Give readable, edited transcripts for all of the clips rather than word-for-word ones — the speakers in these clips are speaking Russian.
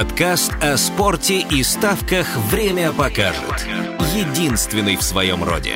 Подкаст о спорте и ставках «Время покажет». Единственный в своем роде.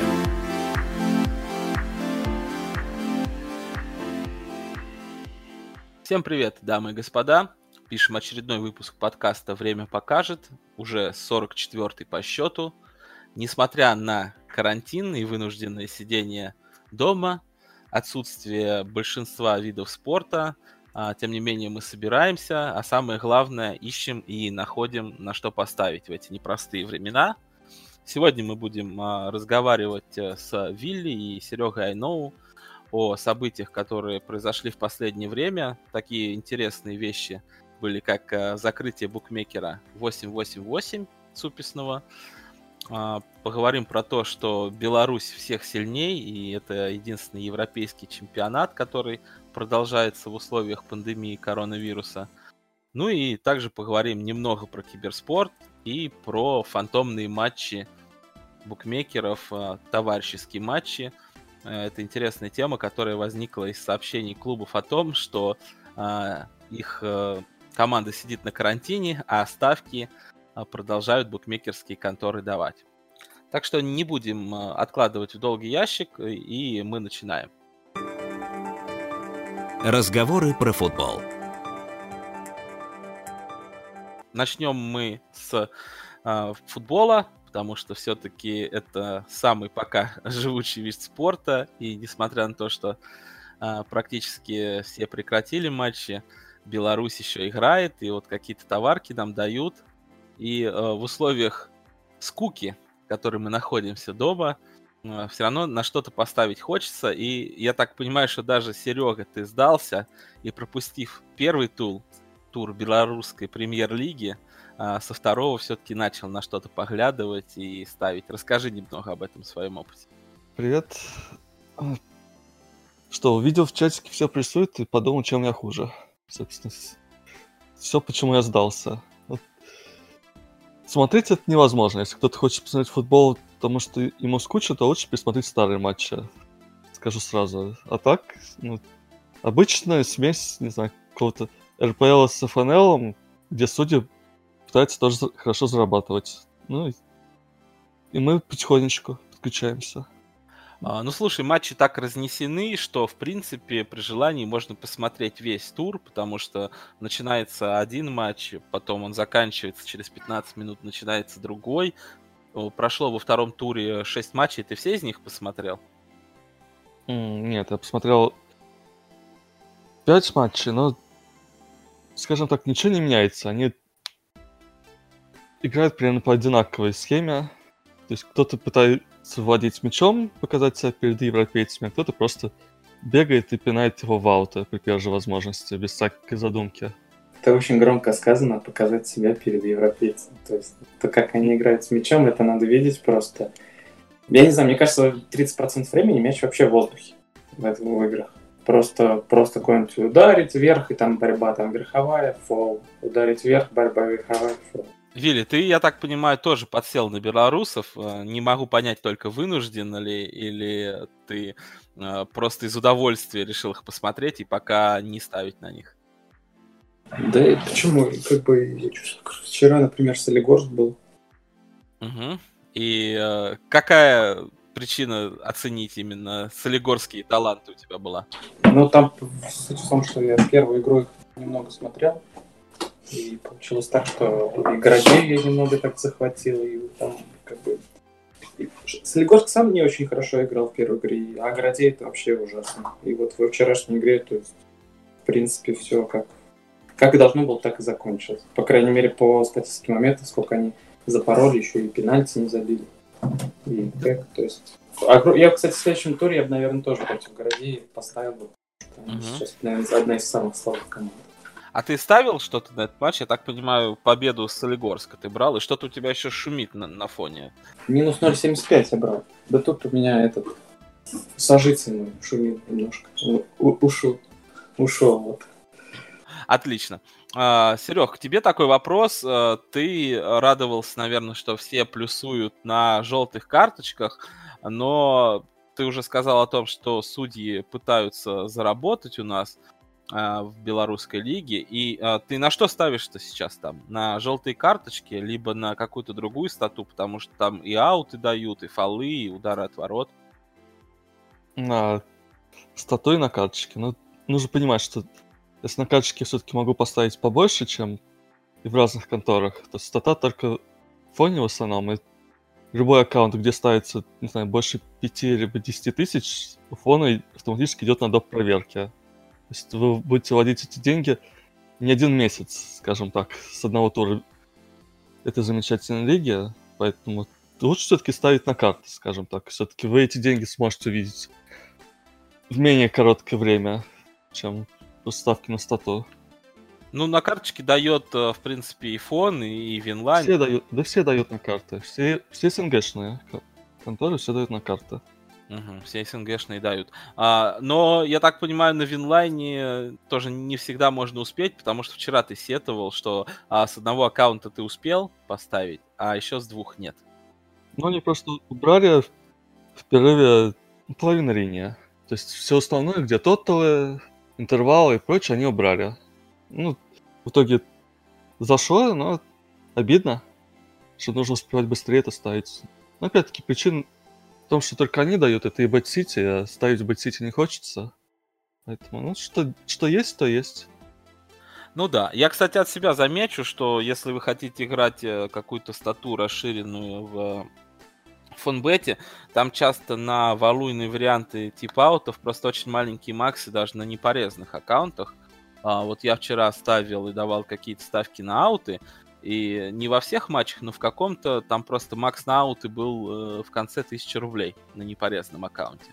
Всем привет, дамы и господа. Пишем очередной выпуск подкаста «Время покажет», уже 44-й по счету. Несмотря на карантин и вынужденное сидение дома, отсутствие большинства видов спорта, тем не менее мы собираемся, а самое главное, ищем и находим, на что поставить в эти непростые времена. Сегодня мы будем разговаривать с Вилли и Серегой Айноу о событиях, которые произошли в последнее время. Такие интересные вещи были, как закрытие букмекера 888 Цуписного. Поговорим про то, что Беларусь всех сильней, и это единственный европейский чемпионат, который продолжается в условиях пандемии коронавируса. Ну и также поговорим немного про киберспорт и про фантомные матчи букмекеров, товарищеские матчи. Это интересная тема, которая возникла из сообщений клубов о том, что их команда сидит на карантине, а ставки продолжают букмекерские конторы давать. Так что не будем откладывать в долгий ящик, и мы начинаем. Разговоры про футбол. Начнем мы с футбола, потому что все-таки это самый пока живучий вид спорта, и несмотря на то, что практически все прекратили матчи, Беларусь еще играет, и вот какие-то товарки нам дают, и в условиях скуки, в которой мы находимся дома, все равно на что-то поставить хочется, и я так понимаю, что даже, Серега, ты сдался, и пропустив первый тур белорусской премьер-лиги, со второго все-таки начал на что-то поглядывать и ставить. Расскажи немного об этом своем опыте. Привет. Что, увидел в чатике все прессует и подумал, чем я хуже. Собственно, все, почему я сдался. Вот. Смотреть это невозможно. Если кто-то хочет посмотреть футбол, потому что ему скучно, то лучше пересмотреть старые матчи. Скажу сразу. А так, обычная смесь, не знаю, какого-то РПЛ с ФНЛ, где судьи пытаются тоже хорошо зарабатывать. Ну и мы потихонечку подключаемся. Ну, слушай, матчи так разнесены, что, в принципе, при желании можно посмотреть весь тур, потому что начинается один матч, потом он заканчивается, через 15 минут начинается другой. Прошло во втором туре 6 матчей, ты все из них посмотрел? Нет, я посмотрел 5 матчей, но, скажем так, ничего не меняется. Они играют примерно по одинаковой схеме. То есть кто-то пытается владеть мячом, показать себя перед европейцами, а кто-то просто бегает и пинает его в ауты при первой же возможности, без всякой задумки. Это очень громко сказано, показать себя перед европейцами. То есть то, как они играют с мячом, это надо видеть просто. Я не знаю, мне кажется, 30% времени мяч вообще в воздухе в играх. Просто какой-нибудь ударить вверх, и там борьба там верховая, фол. Ударить вверх, борьба верховая, фол. Вилли, ты, я так понимаю, тоже подсел на белорусов. Не могу понять, только вынужден ли, или ты просто из удовольствия решил их посмотреть и пока не ставить на них? Да и почему? Как бы вчера, например, Солигорск был. Угу. И какая причина оценить именно солигорские таланты у тебя была? Ну, там суть в том, что я первую игру их немного смотрел. И получилось так, что и Городей я немного так захватил, и там как бы... Солигорск сам не очень хорошо играл в первой игре, а Городей это вообще ужасно. И вот во вчерашней игре, то есть, в принципе, все как и должно было, так и закончилось. По крайней мере, по статистике моментов, сколько они запороли, еще и пенальти не забили. И так, то есть... Я, кстати, в следующем туре я бы, наверное, тоже против Городей поставил бы, потому что сейчас, наверное, одна из самых слабых команд. А ты ставил что-то на этот матч? Я так понимаю, победу Солигорска ты брал, и что-то у тебя еще шумит на фоне. Минус 0,75 я брал. Да тут у меня этот сожитель шумит немножко. Ушел вот. Отлично. Серег, к тебе такой вопрос. Ты радовался, наверное, что все плюсуют на желтых карточках, но ты уже сказал о том, что судьи пытаются заработать у нас. в белорусской лиге. И ты на что ставишь-то сейчас там? На желтые карточки, либо на какую-то другую стату? Потому что там и ауты дают, и фолы, и удары от ворот. Статой на карточке. Ну, нужно понимать, что если на карточке все-таки могу поставить побольше, чем и в разных конторах, то стата только в фоне в основном. И любой аккаунт, где ставится, не знаю, больше 5 либо 10 тысяч, у фона автоматически идет на доп. Проверки. То есть вы будете вводить эти деньги не один месяц, скажем так, с одного тура этой замечательной лиги. Поэтому лучше все-таки ставить на карты, скажем так. Все-таки вы эти деньги сможете увидеть в менее короткое время, чем ставки на стату. Ну, на карточке дает, в принципе, и фон, и Винлайн. Все дают на карты. Все СНГшные конторы все дают на карты. Угу, все СНГшные дают. Но, я так понимаю, на Винлайне тоже не всегда можно успеть, потому что вчера ты сетовал, что с одного аккаунта ты успел поставить, а еще с двух нет. Ну, они просто убрали в перерыве половину линии. То есть все основное, где тоталы, интервалы и прочее, они убрали. Ну, в итоге зашло, но обидно, что нужно успевать быстрее это ставить. Но опять-таки причина в том, что только они дают, это и Bad City, а ставить Bad City не хочется. Поэтому, ну, что есть, то есть. Ну да. Я, кстати, от себя замечу, что если вы хотите играть какую-то стату расширенную в фонбете, там часто на валуйные варианты типа аутов просто очень маленькие максы даже на непорезанных аккаунтах. Вот я вчера ставил и давал какие-то ставки на ауты, и не во всех матчах, но в каком-то там просто макс на ауты был в конце 1000 рублей на непорезанном аккаунте.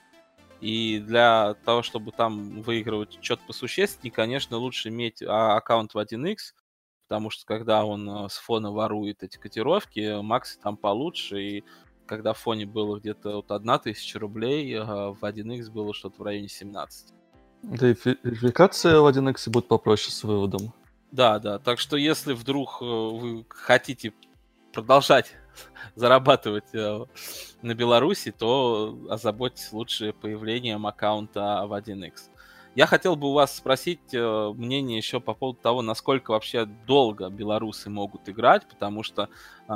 И для того, чтобы там выигрывать что-то посущественнее, конечно, лучше иметь аккаунт в 1x, потому что когда он с фона ворует эти котировки, максы там получше, и когда в фоне было где-то вот 1000 рублей, в 1x было что-то в районе 17. Да и верификация в 1x будет попроще с выводом. Да. Так что если вдруг вы хотите продолжать зарабатывать на Беларуси, то озаботьтесь лучше появлением аккаунта в 1x. Я хотел бы у вас спросить мнение еще по поводу того, насколько вообще долго белорусы могут играть, потому что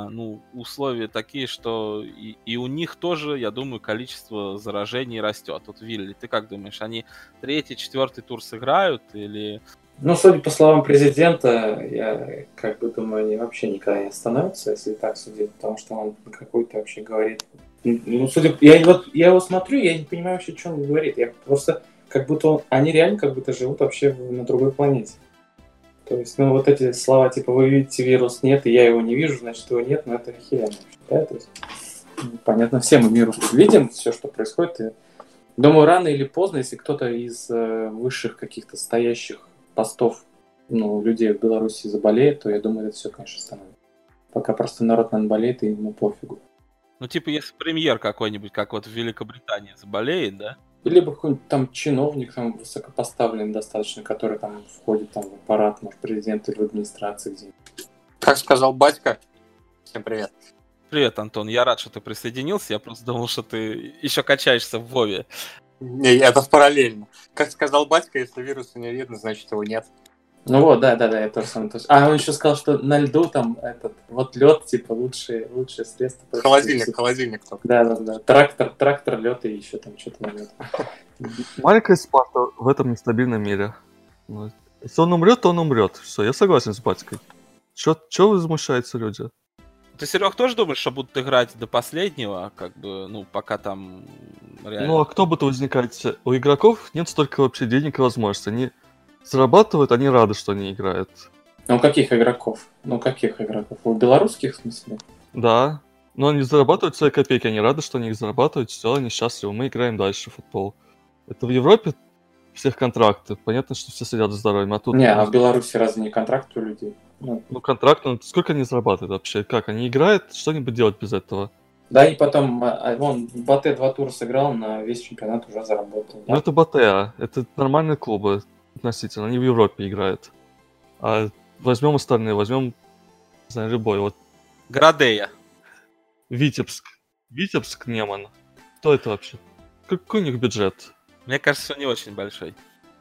условия такие, что и у них тоже, я думаю, количество заражений растет. Вот, Вилли, ты как думаешь, они 3-й, 4-й тур сыграют или... Ну, судя по словам президента, я как бы думаю, они вообще никогда не остановятся, если так судить, потому что он какой-то вообще говорит... Ну, я его смотрю, я не понимаю вообще, что он говорит. Я просто как будто они реально как будто живут вообще на другой планете. То есть, вот эти слова, типа, вы видите вирус, нет, и я его не вижу, значит, его нет, но это охеренно. Да? То есть, понятно, все мы вирус видим, все, что происходит. И думаю, рано или поздно, если кто-то из высших каких-то стоящих постов людей в Беларуси заболеет, то я думаю, это все, конечно, остановится. Пока просто народ, наверное, болеет, и ему пофигу. Ну, типа, если премьер какой-нибудь, как вот в Великобритании, заболеет, да? Либо какой-нибудь там чиновник там высокопоставленный достаточно, который там входит там в аппарат, может, президента или в администрации где-нибудь. Как сказал батька, всем привет. Привет, Антон, я рад, что ты присоединился, я просто думал, что ты еще качаешься в Вове. Не, это параллельно. Как сказал батька, если вируса не видно, значит его нет. Ну вот, да, я тоже сам. А он еще сказал, что на льду там лед, типа, лучшее средство. Холодильник только. Да. Трактор, лед и еще там что-то на лед. Маленькая Спарта в этом нестабильном мире. Если он умрет, то он умрет. Все, я согласен с батькой. Че возмущаются люди? Ты, Серег, тоже думаешь, что будут играть до последнего, как бы, пока там реально... Ну, а кто будет возникать? У игроков нет столько вообще денег и возможностей. Они зарабатывают, они рады, что они играют. Ну, каких игроков? У белорусских, в смысле? Да. Но они зарабатывают свои копейки, они рады, что они их зарабатывают, все, они счастливы, мы играем дальше в футбол. Это в Европе всех контракты, понятно, что все следят за здоровьем, а тут... А в Беларуси разве не контракт у людей? Контракт, сколько они зарабатывают вообще? Как, они играют, что-нибудь делать без этого? Да, и потом, он Батэ 2 тура сыграл, на весь чемпионат уже заработал. Да? Ну, это Батэ, это нормальные клубы относительно, они в Европе играют. А возьмем остальные, не знаю, любой, вот... Градея. Витебск, Неман. Кто это вообще? Какой у них бюджет? Мне кажется, что не очень большой.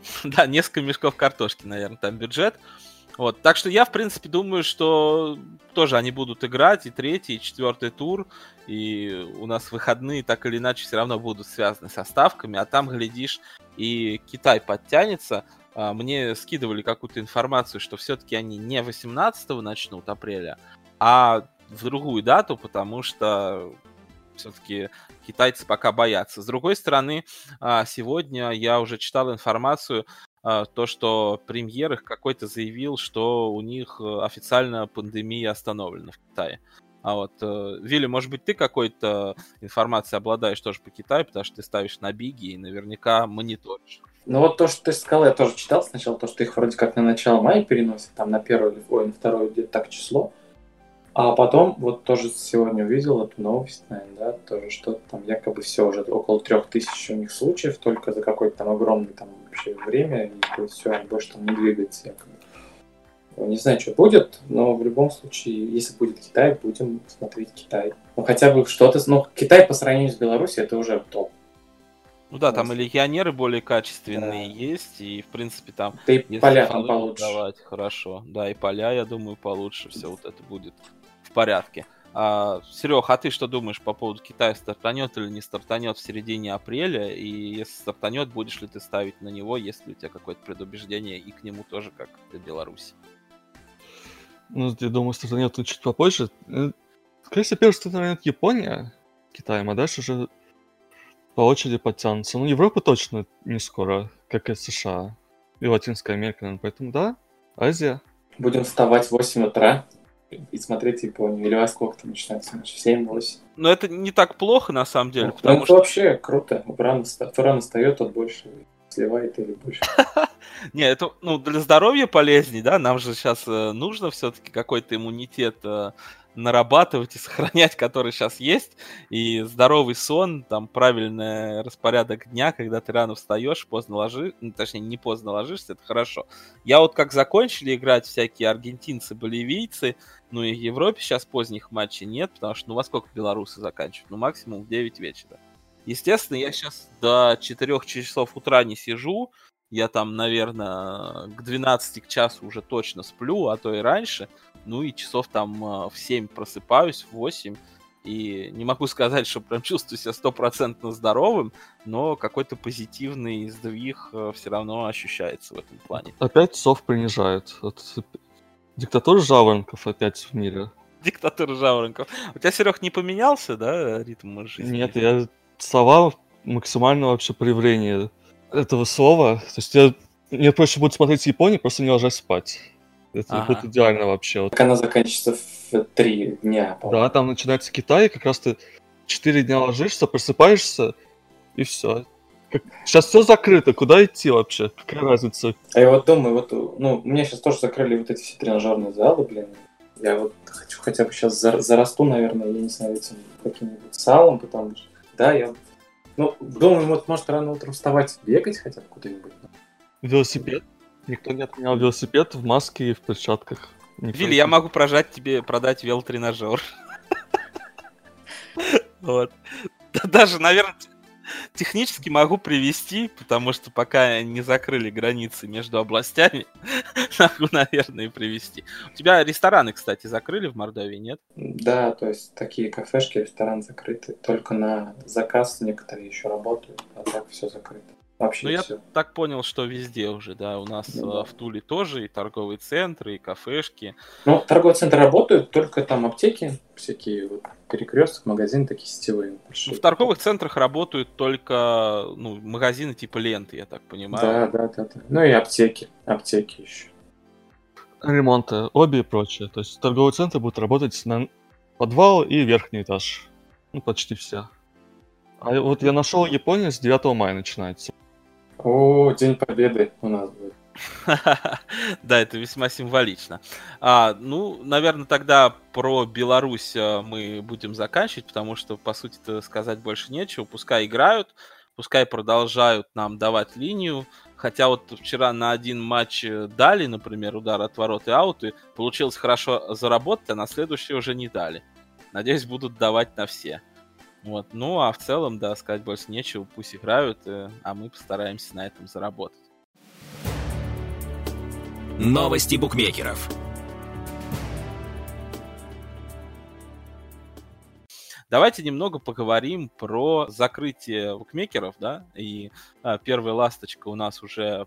Да, несколько мешков картошки, наверное, там бюджет. Вот, так что я, в принципе, думаю, что тоже они будут играть и третий, и четвертый тур, и у нас выходные так или иначе все равно будут связаны со ставками, а там, глядишь, и Китай подтянется. Мне скидывали какую-то информацию, что все-таки они не 18 начнут апреля, а в другую дату, потому что все-таки китайцы пока боятся. С другой стороны, сегодня я уже читал информацию, то, что премьер их какой-то заявил, что у них официально пандемия остановлена в Китае. А вот, Вилли, может быть, ты какой-то информацией обладаешь тоже по Китаю, потому что ты ставишь на биги и наверняка мониторишь. Ну вот то, что ты сказал, я тоже читал сначала, то, что их вроде как на начало мая переносят, там на первое или на второе где-то так число. А потом, вот тоже сегодня увидел эту новость, наверное, да, тоже что-то там якобы все уже около 3000 у них случаев, только за какое-то там огромное там вообще время, и все, они больше там не двигаются якобы. Не знаю, что будет, но в любом случае, если будет Китай, будем смотреть Китай. Ну хотя бы что-то, ну Китай по сравнению с Беларусью это уже топ. Ну да, там и легионеры более катественные есть, и в принципе там... Да и поля там получше. Давать, хорошо, да, и поля, я думаю, получше, все вот это будет в порядке. Серег, а ты что думаешь по поводу Китая? Стартанет или не стартанет в середине апреля? И если стартанет, будешь ли ты ставить на него, если у тебя какое-то предубеждение и к нему тоже, как и Беларусь? Ну, я думаю, стартанет чуть попозже. Скорее всего, первый стартанет Япония, Китаем, а дальше уже по очереди подтянутся. Ну, Европа точно не скоро, как и США. И Латинская Америка, наверное. Поэтому да, Азия. Будем вставать в 8 утра и смотреть Японию. Или во сколько там начинается матч? В 7-8. Но это не так плохо, на самом деле, Ну, потому это что... вообще круто. Кто рано встает, тот больше сливает или больше. Не, это для здоровья полезней, да, нам же сейчас нужно все-таки какой-то иммунитет нарабатывать и сохранять, который сейчас есть, и здоровый сон, там, правильный распорядок дня, когда ты рано встаешь, поздно ложишься, точнее, не поздно ложишься, это хорошо. Я вот как закончили играть всякие аргентинцы, боливийцы, ну и в Европе сейчас поздних матчей нет, потому что, во сколько белорусы заканчивают? Ну, максимум в 9 вечера. Естественно, я сейчас до 4 часов утра не сижу, я там, наверное, к 12 к часу уже точно сплю, а то и раньше. Ну и часов там в 7 просыпаюсь, в 8. И не могу сказать, что прям чувствую себя 100% здоровым, но какой-то позитивный сдвиг все равно ощущается в этом плане. Опять сов принижает. Вот диктатура жаворонков опять в мире. Диктатура жаворонков. У тебя, Серег, не поменялся, да, ритм жизни? Нет, я сова максимально вообще проявление этого слова. То есть мне проще будет смотреть Японию, просто не ложась спать. Это будет идеально вообще. Так она заканчивается в 3 дня. Да, там начинается Китай, как раз ты 4 дня ложишься, просыпаешься, и все. Сейчас все закрыто, куда идти вообще? Какая разница? А я вот думаю, у меня сейчас тоже закрыли вот эти все тренажерные залы, блин. Я вот хочу хотя бы сейчас зарасту, наверное, я не знаю, этим каким-нибудь салом, потому что, да, я... думаю, может рано утром вставать, бегать хотя бы куда-нибудь. Велосипед? Никто не отменял велосипед в маске и в перчатках. Вилли, я могу продать велотренажер. Вот. Даже, наверное, технически могу привезти, потому что пока не закрыли границы между областями, могу, наверное, и привезти. У тебя рестораны, кстати, закрыли в Мордовии, нет? Да, то есть такие кафешки, рестораны закрыты. Только на заказ некоторые еще работают, а так все закрыто. Вообще я все. так понял, что везде уже, да, у нас в Туле тоже и торговые центры, и кафешки. Ну, торговые центры работают, только там аптеки, всякие перекресток, магазины такие сетевые. В торговых центрах работают только магазины типа ленты, я так понимаю. Да. Ну и аптеки еще. Ремонты, обе и прочее. То есть торговые центры будут работать на подвал и верхний этаж. Ну, почти все. А вот я нашел, Япония с 9 мая начинается. О, День Победы у нас будет. Да, это весьма символично. Наверное, тогда про Беларусь мы будем заканчивать, потому что, по сути-то, сказать больше нечего. Пускай играют, пускай продолжают нам давать линию. Хотя вот вчера на один матч дали, например, удар от ворот и аут, и получилось хорошо заработать, а на следующий уже не дали. Надеюсь, будут давать на все. Вот. Ну, а в целом, да, сказать больше нечего, пусть играют, а мы постараемся на этом заработать. Новости букмекеров. Давайте немного поговорим про закрытие букмекеров, да, и первая ласточка у нас уже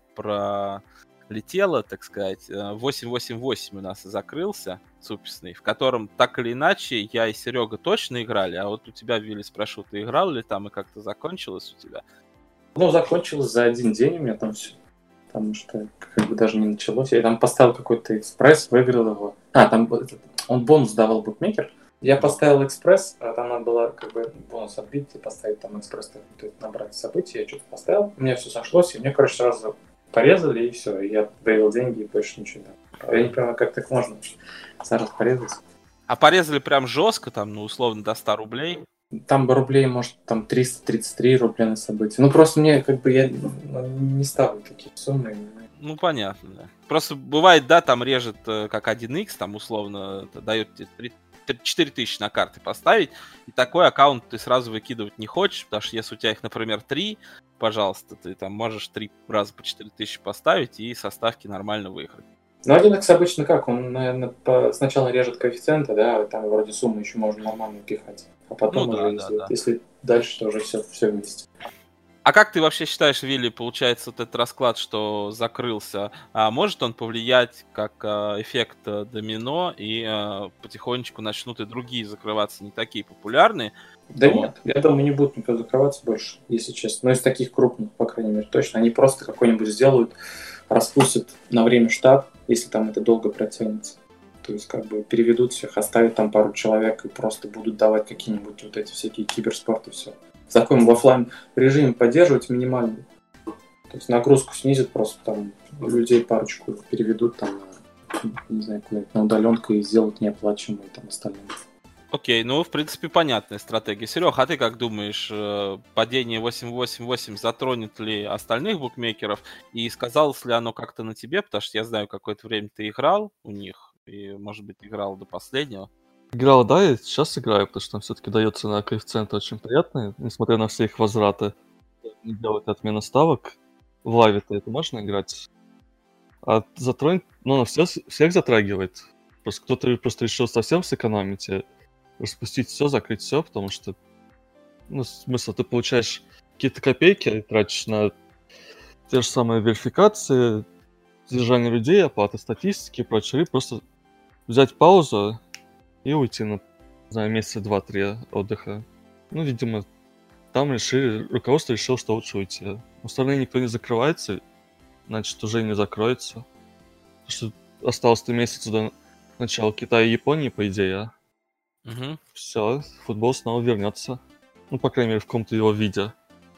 пролетела, так сказать, 888 у нас и закрылся, суперсный, в котором так или иначе я и Серега точно играли, а вот у тебя, Вилли, спрошу, ты играл ли там и как-то закончилось у тебя? Ну, закончилось за один день у меня там все, потому что как бы даже не началось. Я там поставил какой-то экспресс, выиграл его. Там он бонус давал букмекер. Я поставил экспресс, а там надо было как бы бонус отбить и поставить там экспресс, набрать события. Я что-то поставил, у меня все сошлось, и мне, короче, сразу порезали, и все. И я доверил деньги, и больше ничего не дал. Я не понимаю, как так можно сразу порезать. А порезали прям жестко, там, ну, условно, до 100 рублей? Там бы рублей, может, там 333 рубля на события. Ну, просто мне, как бы, я не ставлю такие суммы. Ну, понятно, да. Просто бывает, да, там режет как 1х, там, условно, дает тебе 4000 на карты поставить, и такой аккаунт ты сразу выкидывать не хочешь, потому что если у тебя их, например, 3, пожалуйста, ты там можешь 3 раза по 4000 поставить и со ставки нормально выиграть. Ну, 1х обычно как? Он, наверное, сначала режет коэффициенты, да, там вроде суммы еще можно нормально пихать. А потом уже, если дальше, то уже все вместе. А как ты вообще считаешь, Вилли, получается вот этот расклад, что закрылся, может он повлиять как эффект домино, и потихонечку начнут и другие закрываться, не такие популярные? Да нет, я думаю, не будут никто закрываться больше, если честно. Но из таких крупных, по крайней мере, точно. Они просто какой-нибудь сделают, распустят на время штат, если там это долго протянется. То есть как бы переведут всех, оставят там пару человек и просто будут давать какие-нибудь вот эти всякие киберспорты, все. В таком в офлайн режиме поддерживать минимальную. То есть нагрузку снизит, просто там людей парочку переведут там на, не знаю, куда-нибудь на удаленку и сделают неоплачиваемые там остальные. Окей, ну, в принципе, понятная стратегия. Серег, а ты как думаешь, падение 888 затронет ли остальных букмекеров? И сказалось ли оно как-то на тебе? Потому что я знаю, какое-то время ты играл у них, и, может быть, играл до последнего. Играл, да, я сейчас играю, потому что там все-таки дается на коэффициенты очень приятные, несмотря на все их возвраты. Не делают отмена ставок. В лаве-то это можно играть. А затронет, ну, на всех затрагивает. Просто кто-то просто решил совсем сэкономить и распустить все, закрыть все, потому что, ну, смысл, ты получаешь какие-то копейки, тратишь на те же самые верификации, содержание людей, оплата статистики и прочее, и просто взять паузу и уйти на, не знаю, месяца 2-3 отдыха. Ну, видимо, там руководство решило, что лучше уйти. В стране никто не закрывается, значит, уже и не закроется. Потому что осталось 3 месяца до начала Китая и Японии, по идее. Угу. Все, футбол снова вернется. Ну, по крайней мере, в каком-то его виде.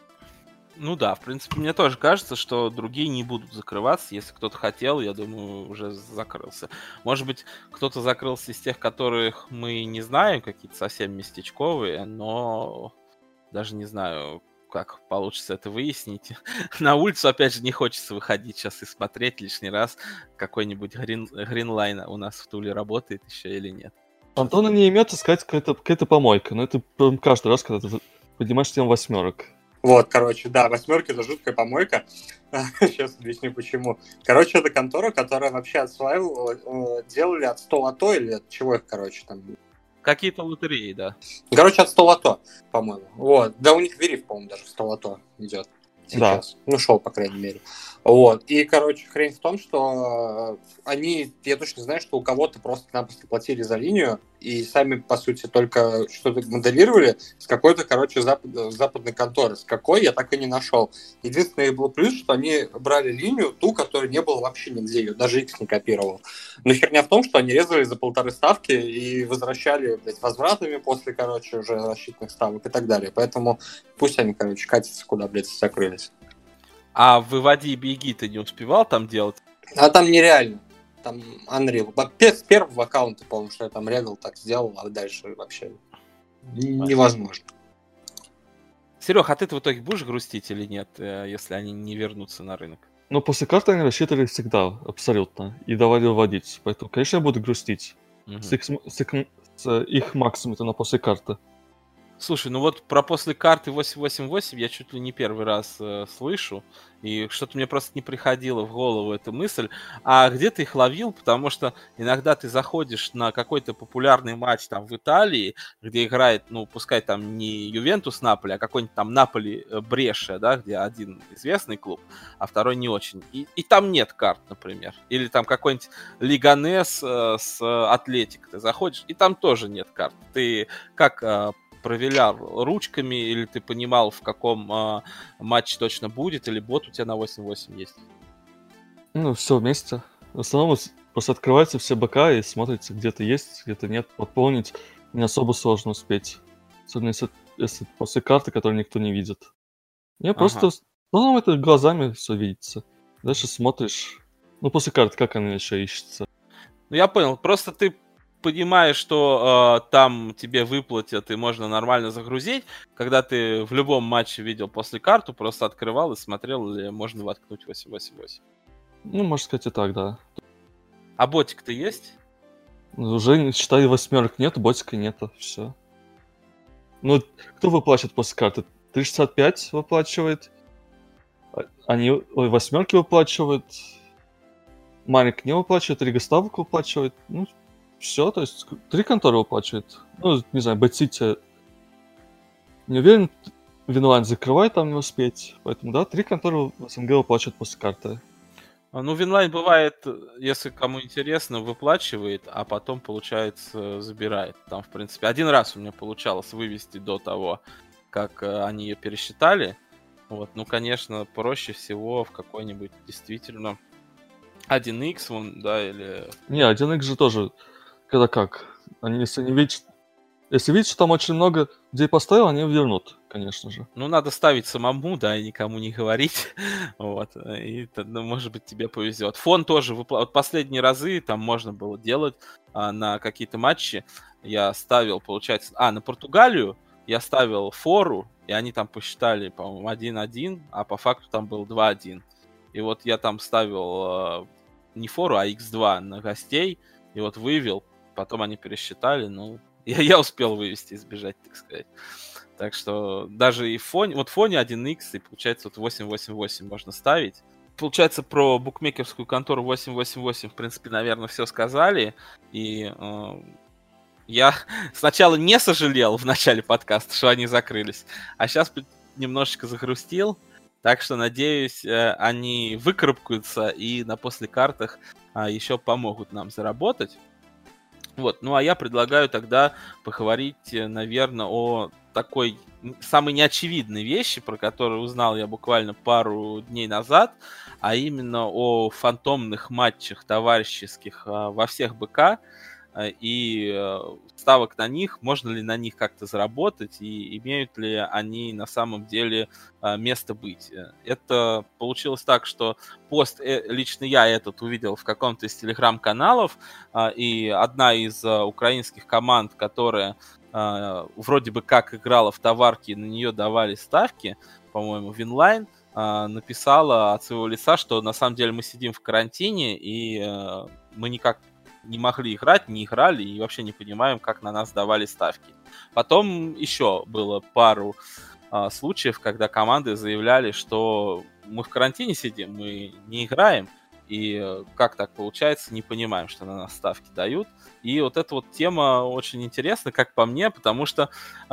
Ну да, в принципе, мне тоже кажется, что другие не будут закрываться. Если кто-то хотел, я думаю, уже закрылся. Может быть, кто-то закрылся из тех, которых мы не знаем, какие-то совсем местечковые, но даже не знаю, как получится это выяснить. На улицу, опять же, не хочется выходить сейчас и смотреть лишний раз, какой-нибудь Гринлайн у нас в Туле работает еще или нет. Антона не имется сказать какая-то помойка, но это каждый раз, когда ты поднимаешь тему восьмерок. Вот, короче, да, восьмерки — это жуткая помойка. Сейчас объясню, почему. Короче, это контора, которая вообще отслаивала, делали от 100 лото или от чего их, короче, там... Какие-то лотереи, да. Короче, от 100 лото, по-моему. Вот. Да, у них вериф, по-моему, даже в 100 лото идет сейчас. Да. Ну, шел, по крайней мере. Вот. И, короче, хрень в том, что они, я точно знаю, что у кого-то просто-напросто платили за линию и сами, по сути, только что-то моделировали с какой-то, короче, западной конторы. С какой, я так и не нашел. Единственный был плюс, что они брали линию, ту, которая не было вообще нигде, ее даже X не копировал. Но херня в том, что они резали за 1,5 ставки и возвращали, блядь, возвратами после, короче, уже рассчитанных ставок и так далее. Поэтому пусть они, короче, катятся куда, блядь, закрылись. А в «Выводи и беги» ты не успевал там делать? А там нереально. Там Unreal. С первого аккаунта, по-моему, что я там регал, так сделал, а дальше вообще невозможно. Серег, а ты в итоге будешь грустить или нет, если они не вернутся на рынок? Ну, после карты они рассчитывали всегда, абсолютно, и давали выводить. Поэтому, конечно, я буду грустить. С их максимум-то на после карты. Слушай, ну вот про после карты 888 я чуть ли не первый раз слышу, и что-то мне просто не приходило в голову эта мысль. А где ты их ловил? Потому что иногда ты заходишь на какой-то популярный матч там в Италии, где играет, ну, пускай там не Ювентус Наполи, а какой-нибудь там Наполи Брешия, да, где один известный клуб, а второй не очень. И там нет карт, например. Или там какой-нибудь Лиганес с Атлетик. Ты заходишь, и там тоже нет карт. Ты как проверял ручками, или ты понимал, в каком матче точно будет, или бот у тебя на 8-8 есть? Ну, все вместе. В основном просто открываются все бока и смотрится, где-то есть, где-то нет. Подполнить не особо сложно успеть. Особенно если после карты, которую никто не видит. Я просто... Ну, это глазами все видится. Дальше смотришь... Ну, после карты, как она еще ищется. Ну, я понял. Просто ты понимаешь, что там тебе выплатят и можно нормально загрузить, когда ты в любом матче видел после карту, просто открывал и смотрел, или можно воткнуть 888. Ну, можно сказать и так, да. А ботик-то есть? Уже, считай, восьмерок нету, ботика нету, все. Ну, кто выплачивает после карты? 365 выплачивает. Они восьмерки выплачивают. Марик не выплачивает, Рига Ставок выплачивает. Ну, все, то есть 3 конторы выплачивает. Ну, не знаю, Бэт-Сити не уверен, Винлайн закрывает, там не успеть. Поэтому, да, 3 конторы в СНГ выплачивают после карты. Ну, Винлайн бывает, если кому интересно, выплачивает, а потом, получается, забирает. Там, в принципе, один раз у меня получалось вывести до того, как они ее пересчитали. Вот, ну, конечно, проще всего в какой-нибудь действительно 1x, вон, да, или... Не, 1x же тоже, когда как. Они, если видят, что там очень много людей поставил, они вернут, конечно же. Ну, надо ставить самому, да, и никому не говорить. Вот. И, ну, может быть, тебе повезет. Фон тоже вот последние разы там можно было делать на какие-то матчи. Я ставил, получается... на Португалию я ставил фору, и они там посчитали, по-моему, 1-1, а по факту там был 2-1. И вот я там ставил не фору, а x2 на гостей, и вот вывел, потом они пересчитали, ну... Я успел вывести и сбежать, так сказать. Так что даже и в фоне 1x, и получается вот 888 можно ставить. Получается, про букмекерскую контору 888, в принципе, наверное, все сказали. И я сначала не сожалел в начале подкаста, что они закрылись, а сейчас немножечко загрустил. Так что, надеюсь, они выкарабкаются и на послекартах еще помогут нам заработать. Вот, ну а я предлагаю тогда поговорить, наверное, о такой самой неочевидной вещи, про которую узнал я буквально пару дней назад, а именно о фантомных матчах товарищеских во всех БК и ставок на них, можно ли на них как-то заработать и имеют ли они на самом деле место быть. Это получилось так, что пост лично я этот увидел в каком-то из телеграм-каналов, и одна из украинских команд, которая вроде бы как играла в товарки, на нее давали ставки, по-моему, Винлайн, написала от своего лица, что на самом деле мы сидим в карантине, и мы никак не могли играть, не играли и вообще не понимаем, как на нас давали ставки. Потом еще было пару случаев, когда команды заявляли, что мы в карантине сидим, мы не играем, и как так получается, не понимаем, что на нас ставки дают. И вот эта вот тема очень интересна, как по мне, потому что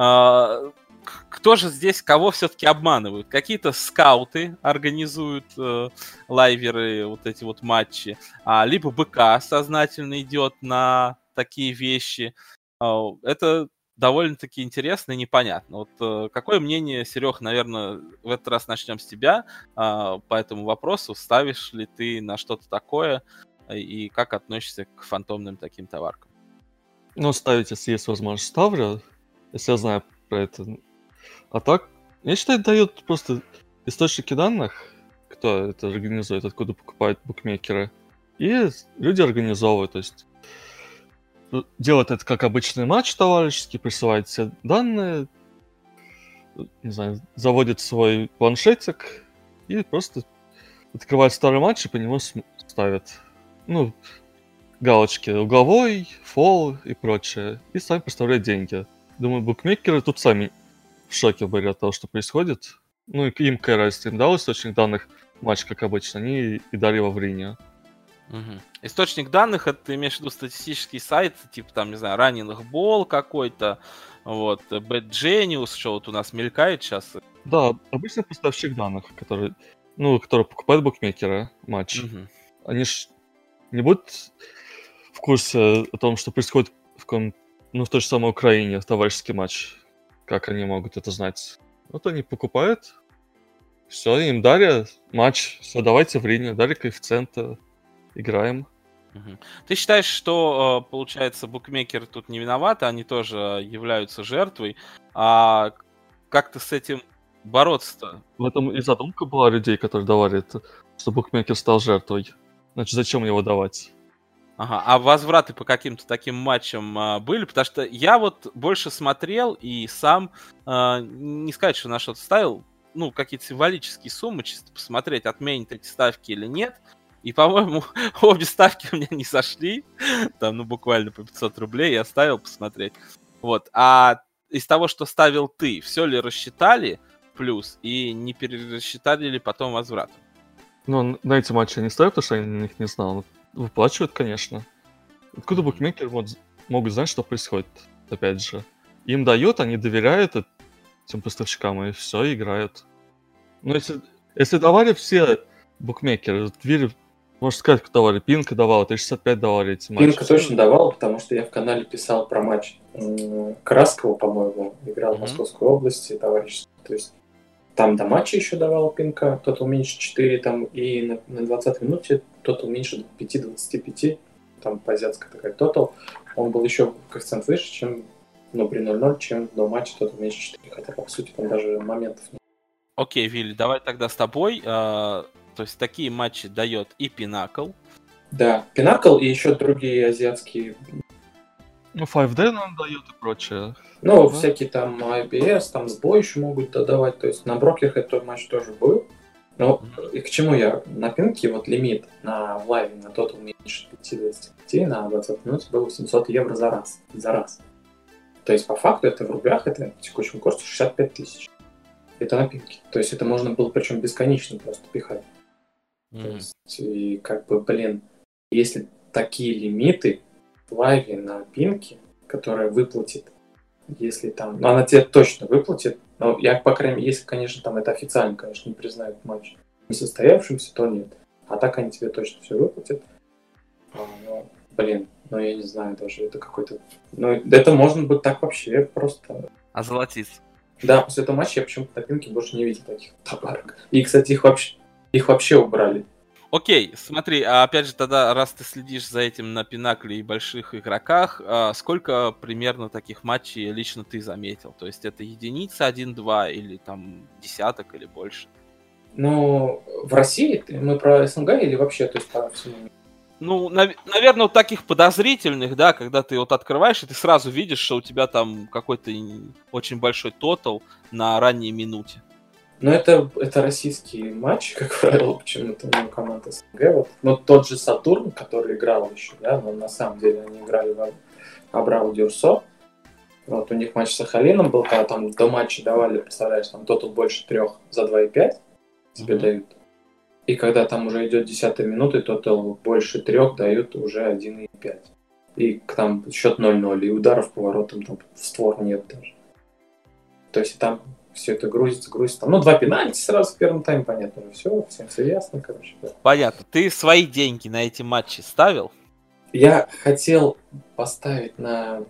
кто же здесь кого все-таки обманывают? Какие-то скауты организуют лайверы, вот эти вот матчи, либо БК сознательно идет на такие вещи. Это довольно-таки интересно и непонятно. Вот какое мнение, Серег, наверное, в этот раз начнем с тебя по этому вопросу. Ставишь ли ты на что-то такое и как относишься к фантомным таким товаркам? Ну, ставить, если есть возможность, ставлю, если я знаю про это. А так, я считаю, дают просто источники данных, кто это организует, откуда покупают букмекеры. И люди организовывают, то есть делают это как обычный матч товарищеский, присылают все данные, не знаю, заводят свой планшетик и просто открывают старый матч и по нему ставят. Ну, галочки угловой, фол и прочее. И сами поставляют деньги. думаю, букмекеры тут сами в шоке были от того, что происходит. Ну, и им какая разница, им дал источник данных матч, как обычно, они и дали его в Рине. Угу. Источник данных, это ты имеешь в виду статистический сайт, типа там, не знаю, Running Ball какой-то, вот, Bad Genius, что вот у нас мелькает сейчас. Да, обычный поставщик данных, который покупает букмекеры матч. Угу. Они ж не будут в курсе о том, что происходит в той же самой Украине, товарищеский матч. Как они могут это знать? Вот они покупают, все, им дали матч, все, давайте в Рине, дали коэффициенты, играем. Угу. Ты считаешь, что, получается, букмекеры тут не виноваты, они тоже являются жертвой, а как-то с этим бороться-то? В этом и задумка была людей, которые давали это, что букмекер стал жертвой. Значит, зачем его давать? Ага, а возвраты по каким-то таким матчам были? Потому что я вот больше смотрел и сам, не сказать, что на что-то ставил, ну, какие-то символические суммы, чисто посмотреть, отменят эти ставки или нет. И, по-моему, обе ставки у меня не сошли. Там, ну, буквально по 500 рублей я ставил посмотреть. Вот. А из того, что ставил ты, все ли рассчитали плюс и не перерасчитали ли потом возврат? Ну, на эти матчи я не ставлю, потому что я на них не знал. Выплачивают, конечно. Откуда букмекеры могут знать, что происходит? Опять же. Им дают, они доверяют этим поставщикам, и все, играют. Но если давали все букмекеры, Твири, можно сказать, кто давали, Пинка давал, 365 давали эти матчи. Пинка точно давал, потому что я в канале писал про матч Краскова, по-моему, играл в Московской области, товарищество. То есть там до матча еще давал Пинка, кто-то уменьшит 4, там, и на 20-й минуте кто-то уменьшит 5-25, там азиатская такая тотал. Он был еще коэффициент выше, чем, ну, при 0-0, чем до матча кто-то уменьшит 4, хотя, по сути, там даже моментов нет. Окей, Вилли, давай тогда с тобой. То есть такие матчи дает и Pinnacle. Да, Pinnacle и еще другие азиатские. Ну, 5D, наверное, дает и прочее. Ну, да? Всякие там IBS, там сбой еще могут додавать. То есть на брокерах этот матч тоже был. Но и к чему я? На Пинке вот лимит на лайве на тотал меньше 5-25 на 20 минут был 700 евро за раз. То есть по факту это в рублях, это в текущем курсе 65 тысяч. Это на Пинке. То есть это можно было причем бесконечно просто пихать. То есть, и как бы, блин, если такие лимиты в лайве на Пинке, которая выплатит, если там, ну, она тебе точно выплатит, но я, по крайней мере, если, конечно, там это официально, конечно, не признают матч несостоявшимся, то нет. А так они тебе точно все выплатят. Ну, блин, ну я не знаю даже, это какой-то... Ну, это можно быть так вообще просто... Озолотиться. Да, после этого матча я почему-то на Пинке больше не видел таких товарок. И, кстати, их вообще убрали. Окей, смотри, а опять же тогда, раз ты следишь за этим на Пинакле и больших игроках, сколько примерно таких матчей лично ты заметил? То есть это единица, 1-2 или там десяток или больше? Ну, в России мы про СНГ или вообще, то есть по всему миру? Ну, наверное, вот таких подозрительных, да, когда ты вот открываешь, и ты сразу видишь, что у тебя там какой-то очень большой тотал на ранней минуте. Ну, это российские матчи, как правило, почему-то у команды СНГ. Вот. Но тот же Сатурн, который играл еще, да, но на самом деле они играли в Абрау Дюрсо. Вот у них матч с Сахалином был, когда там до матча давали, представляешь, там тотал больше 3 за 2,5 тебе дают. И когда там уже идет 10-я минута, тотал больше 3 дают уже 1,5. И там счет 0-0, и ударов по воротам там в створ нет даже. То есть там все это грузится. Там, ну, 2 пенальти сразу в первом тайме, понятно, все, всем все ясно, короче. Да. Понятно. Ты свои деньги на эти матчи ставил? Я хотел поставить на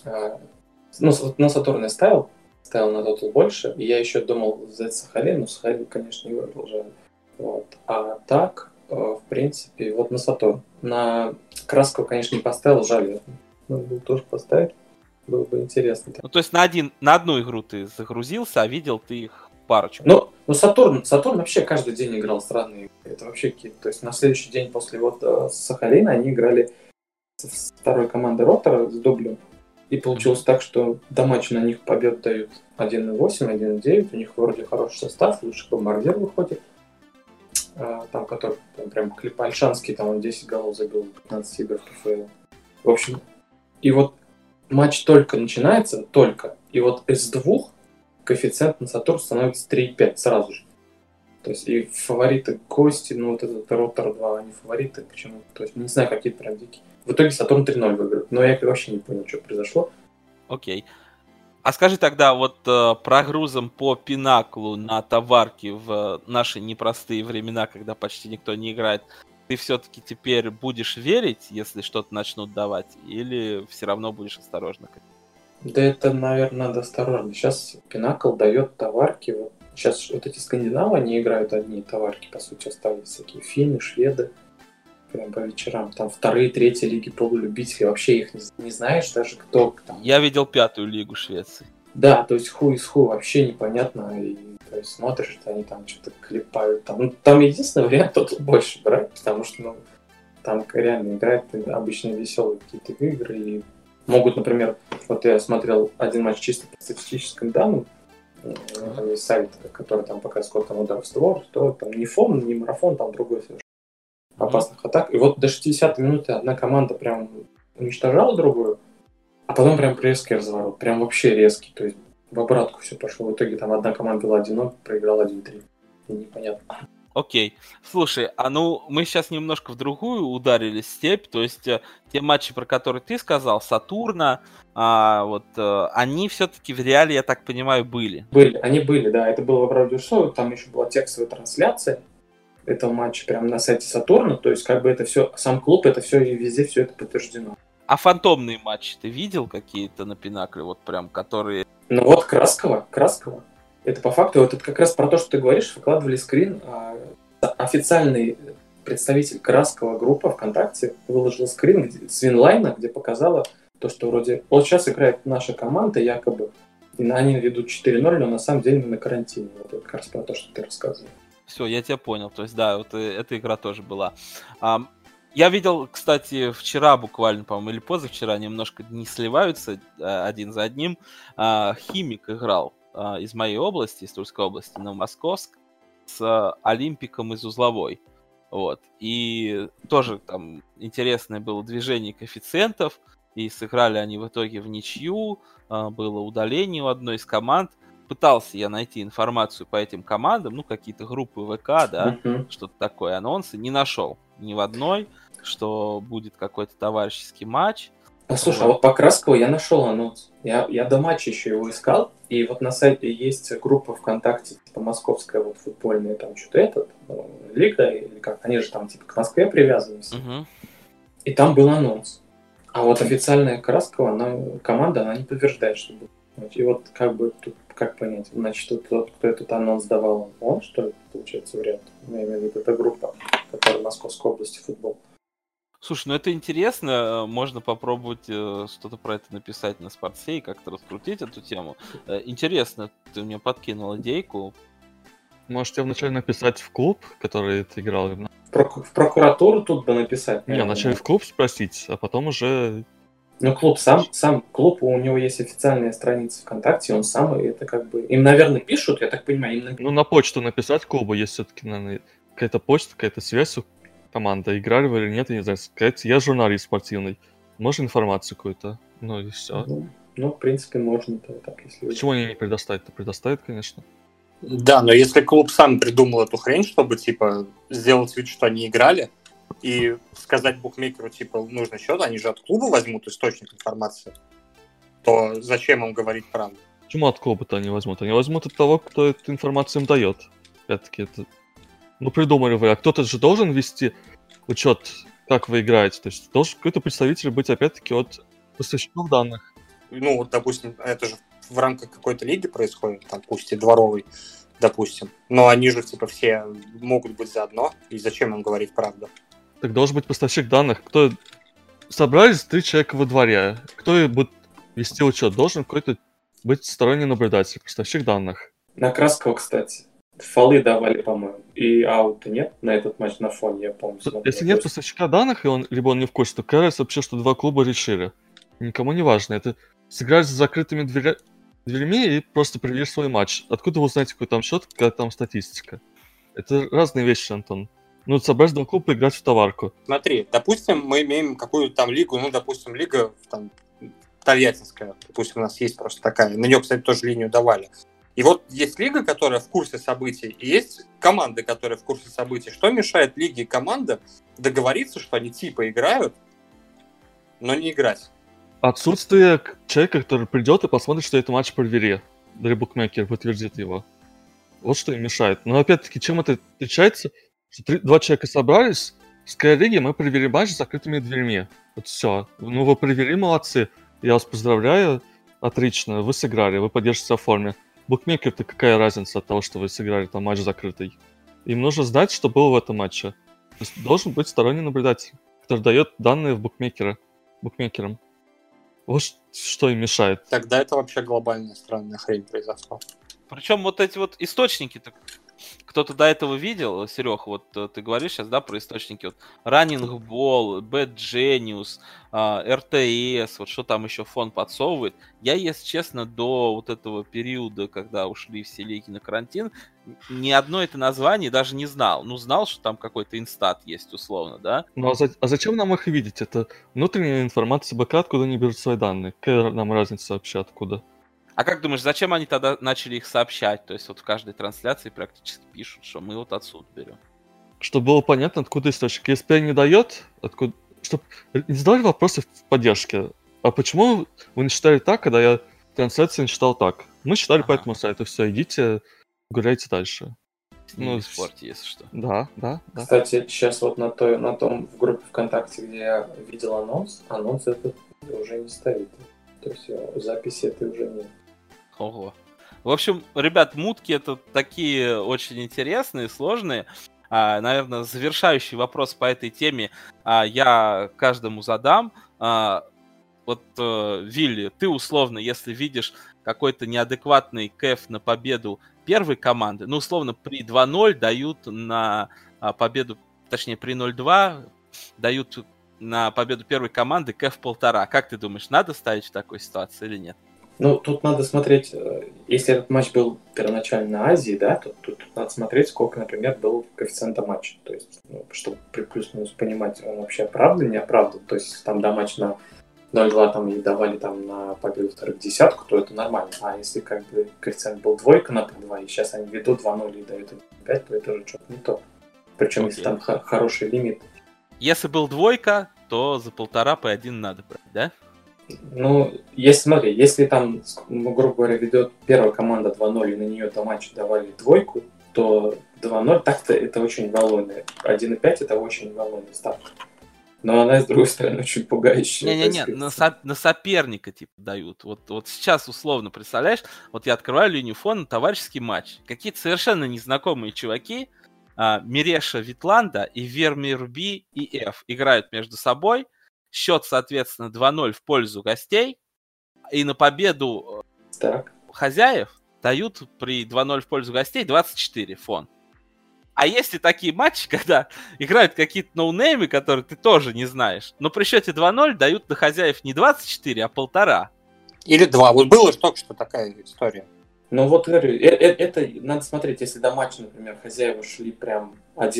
Сатурн я ставил на тотал больше, и я еще думал взять Сахалин, но Сахалин, конечно, не выбрал, жаль. Вот. А так, в принципе, вот на Сатурн. На Краскова, конечно, не поставил, жаль. Надо было тоже поставить. Было бы интересно. Ну, то есть на одну игру ты загрузился, а видел ты их парочку. Ну Сатурн вообще каждый день играл странные игры. Это вообще какие-то... То есть на следующий день после Сахалина они играли с второй командой Ротора с дублем. И получилось так, что до матча на них побед дают 1,8, 1,9. У них вроде хороший состав, лучший бомбардир выходит. Там, который прям Альшанский, там он 10 голов забил в 15 играх КФЛ. В общем, и вот матч только начинается, и вот из 2 коэффициент на Сатурн становится 3,5 сразу же. То есть и фавориты гости, ну вот этот Ротор 2, они фавориты, почему? То есть не знаю, какие-то прям дикие. В итоге Сатурн 3-0 выиграет, но я вообще не понял, что произошло. Окей. А скажи тогда, вот прогрузом по Пинаклу на товарке в наши непростые времена, когда почти никто не играет, ты все-таки теперь будешь верить, если что-то начнут давать, или все равно будешь осторожно? Да это, наверное, надо осторожно. Сейчас Пинакл дает товарки. Вот. Сейчас вот эти скандинавы, они играют одни товарки, по сути, остались всякие финны, шведы. Прям по вечерам. Там 2-й, 3-й лиги полулюбителей. Вообще их не знаешь даже кто там. Я видел 5-ю лигу Швеции. Да, то есть хуй из хуй вообще непонятно. И то есть смотришь, что они там что-то клепают. Там единственный вариант тот больше брать, потому что ну, там реально играют обычно веселые какие-то игры. И могут, например, вот я смотрел один матч чисто по статистическим данным. Там есть сайт, который там показывает, сколько там ударов в створ, то там не фон, не марафон, там другой совершенно опасных атак. И вот до 60-й минуты одна команда прям уничтожала другую, а потом прям резкий разворот, прям вообще резкий. То есть в обратку все пошло. В итоге там одна команда была 1-0, проиграла 1-3. И непонятно. Окей. Слушай, мы сейчас немножко в другую ударили степь, то есть те матчи, про которые ты сказал, Сатурна, они все-таки в реале, я так понимаю, были. Они были, да. Это было в радиошоу, там еще была текстовая трансляция этого матча прямо на сайте Сатурна, то есть как бы это все, сам клуб, это все и везде все это подтверждено. А фантомные матчи ты видел какие-то на Пинакле, вот прям, которые... Ну вот Краскова. Это по факту, вот это как раз про то, что ты говоришь, выкладывали скрин. Официальный представитель Краскова группа ВКонтакте выложил скрин с Винлайна, где показала то, что вроде вот сейчас играет наша команда якобы, и они ведут 4-0, но на самом деле мы на карантине. Вот это как раз про то, что ты рассказывал. Все, я тебя понял. То есть, да, вот эта игра тоже была. Я видел, кстати, вчера буквально, по-моему, или позавчера, немножко не сливаются один за одним. Химик играл из моей области, из Тульской области, Новомосковск, с Олимпиком из Узловой. Вот. И тоже там интересное было движение коэффициентов, и сыграли они в итоге в ничью, было удаление у одной из команд. Пытался я найти информацию по этим командам, какие-то группы ВК, да, что-то такое, анонсы, не нашел ни в одной, что будет какой-то товарищеский матч. Слушай, а вот по Краскову я нашел анонс. Я до матча еще его искал, и вот на сайте есть группа ВКонтакте, типа московская вот футбольная, там что-то лига, или как, они же там типа к Москве привязаны все. И там был анонс. А вот официальная Краскова, команда, она не подтверждает, что будет. И вот как бы тут, как понять, значит, тот, кто этот анонс давал, он, что ли, получается, вариант? Я имею в виду, это группа, которая в Московской области футбол. Слушай, это интересно, можно попробовать что-то про это написать на Спортсе и как-то раскрутить эту тему. Интересно, ты мне подкинул идейку. Можете вначале написать в клуб, который ты играл. В прокуратуру тут бы написать. Не, вначале в клуб спросить, а потом уже... Ну, клуб сам клуб, у него есть официальная страница ВКонтакте, он сам, и это как бы... Им, наверное, пишут, я так понимаю, Ну, на почту написать клубу, есть все-таки, наверное, какая-то почта, какая-то связь у команды. Играли вы или нет, я не знаю, сказать, я журналист спортивный. Можно информацию какую-то? Ну, и все. Ну, в принципе, можно так, если... Почему они не предоставят-то? Предоставят, конечно. Да, но если клуб сам придумал эту хрень, чтобы, типа, сделать вид, что они играли, и сказать букмекеру, типа, нужно счет, они же от клуба возьмут источник информации, то зачем им говорить правду? Почему от клуба-то они возьмут? Они возьмут от того, кто эту информацию им дает. Опять-таки, это... Ну, придумали вы, а кто-то же должен вести учет, как вы играете. То есть должен какой-то представитель быть, опять-таки, от поставщиков данных. Ну, вот, допустим, это же в рамках какой-то лиги происходит, там, пусть и дворовой, допустим. Но они же, типа, все могут быть заодно, и зачем им говорить правду? Так должен быть поставщик данных. Кто... Собрались 3 человека во дворе. Кто будет вести учет? Должен какой-то быть сторонний наблюдатель, поставщик данных. На Краскова, кстати, фолы давали, по-моему. И аута нет на этот матч на фоне, я помню. Если нет поставщика данных, и либо он не в курсе, то кажется вообще, что 2 клуба решили. Никому не важно. Это сыграть с закрытыми дверьми и просто провели свой матч. Откуда вы узнаете, какой там счет, какая там статистика? Это разные вещи, Антон. Ну, собрать 2 клуба и играть в товарку. Смотри, допустим, мы имеем какую-то там лигу, ну, допустим, лига там Тольяттинская, допустим, у нас есть просто такая. На нее, кстати, тоже линию давали. И вот есть лига, которая в курсе событий, и есть команды, которые в курсе событий. Что мешает лиге и командам договориться, что они типа играют, но не играть? Отсутствие человека, который придет и посмотрит, что это матч по вере. Или букмекер подтвердит его. Вот что им мешает. Но опять-таки, чем это отличается? Что два человека собрались, в Скайриге мы провели матч с закрытыми дверьми. Вот все. Ну, вы провели, молодцы. Я вас поздравляю. Отлично. Вы сыграли, вы поддержите в форме. Букмекер-то какая разница от того, что вы сыграли там матч закрытый? Им нужно знать, что было в этом матче. То есть должен быть сторонний наблюдатель, который дает данные в букмекерам. Вот что им мешает. Тогда это вообще глобальная странная хрень произошла. Причем вот эти вот источники-то кто-то до этого видел, Серег, вот ты говоришь сейчас, да, про источники, вот Running Ball, Bad Genius, РТС, вот что там еще фон подсовывает. Я, если честно, до вот этого периода, когда ушли все лиги на карантин, ни одно это название даже не знал. Ну, знал, что там какой-то инстат есть, условно, да? Ну, а зачем нам их видеть? Это внутренняя информация БК, откуда они берут свои данные. Какая нам разница вообще откуда? А как думаешь, зачем они тогда начали их сообщать? То есть вот в каждой трансляции практически пишут, что мы вот отсюда берем. Чтобы было понятно, откуда источник. ESPN не дает, откуда... Чтобы не задавали вопросы в поддержке. А почему вы не считали так, когда я трансляции не считал так? Мы считали по этому сайту. Все, идите, гуляйте дальше. Ну, в спорте, если что. Да. Кстати, сейчас вот на том в группе ВКонтакте, где я видел анонс этот уже не стоит. То есть записи этой уже нет. Ого. В общем, ребят, мутки это такие очень интересные, сложные. Наверное, завершающий вопрос по этой теме я каждому задам. Вот, Вилли, ты условно, если видишь какой-то неадекватный кэф на победу первой команды, ну, условно, при 2-0 дают на победу, точнее, при 0-2 дают на победу первой команды кэф 1,5. Как ты думаешь, надо ставить в такой ситуации или нет? Ну, тут надо смотреть, если этот матч был первоначально на Азии, да, то тут надо смотреть, сколько, например, был коэффициента матча. То есть, чтобы плюс-минус понимать, он вообще оправдан, не оправдан. То есть, там до матча на 0-2 там, и давали там на победу вторых десятку, то это нормально. А если как бы коэффициент был двойка на 2, и сейчас они ведут 2-0 и дают 1,5, то это уже что-то не то. Причем, если там хороший лимит. Если был двойка, то за 1,5 по 1 надо брать, да? Ну, если там, грубо говоря, ведет первая команда 2-0, и на нее до матча давали двойку, то 2-0 так-то это очень волнует. 1,5 это очень волнует ставка. Но она, с другой стороны, очень пугающая. Не-не-не, на соперника типа дают. Вот сейчас условно, представляешь, вот я открываю линию фона, товарищеский матч. Какие-то совершенно незнакомые чуваки, Миреша Витланда и Вермирби и Ф играют между собой. Счет, соответственно, 2-0 в пользу гостей. И на победу хозяев дают при 2-0 в пользу гостей 24 фон. А есть ли такие матчи, когда играют какие-то ноунеймы, которые ты тоже не знаешь, но при счете 2-0 дают на хозяев не 24, а 1,5? Или 2. Вот было же только что такая история. Ну вот говорю, это надо смотреть, если до матча, например, хозяева шли прям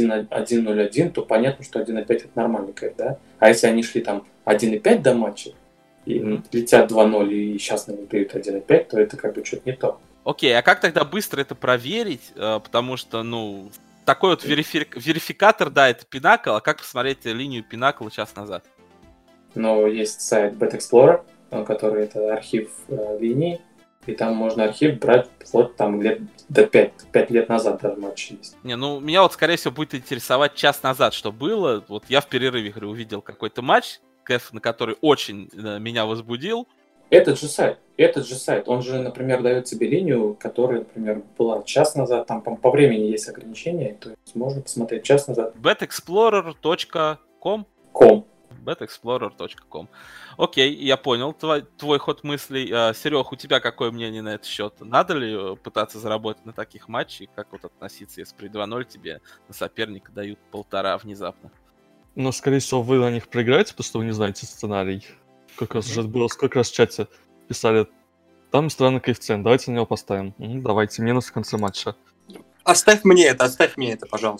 1-0-1, то понятно, что 1,5 это нормальный кайф, да? А если они шли там 1,5 до матча, и летят 2-0, и сейчас нам дают 1,5, то это как бы что-то не то. Окей, а как тогда быстро это проверить? Потому что, такой вот верификатор, да, это Pinnacle, а как посмотреть линию Pinnacle час назад? Ну, есть сайт BetExplorer, который это архив линий, и там можно архив брать вот там лет до 5 лет назад даже матч есть. Меня вот, скорее всего, будет интересовать час назад, что было. Вот я в перерыве, говорю, увидел какой-то матч, кэф, на который очень меня возбудил. Этот же сайт, он же, например, дает тебе линию, которая, например, была час назад, там по времени есть ограничения, то есть можно посмотреть час назад. betexplorer.com betexplorer.com. Окей, я понял твой ход мыслей. Серег, у тебя какое мнение на этот счет? Надо ли пытаться заработать на таких матчах? Как вот относиться, если при 2-0 тебе на соперника дают 1,5 внезапно? Но, скорее всего, вы на них проиграете, потому что вы не знаете сценарий. Сколько раз уже было, сколько раз в чате писали, там странный коэффициент, давайте на него поставим. Давайте, минус в конце матча. Оставь мне это, пожалуйста.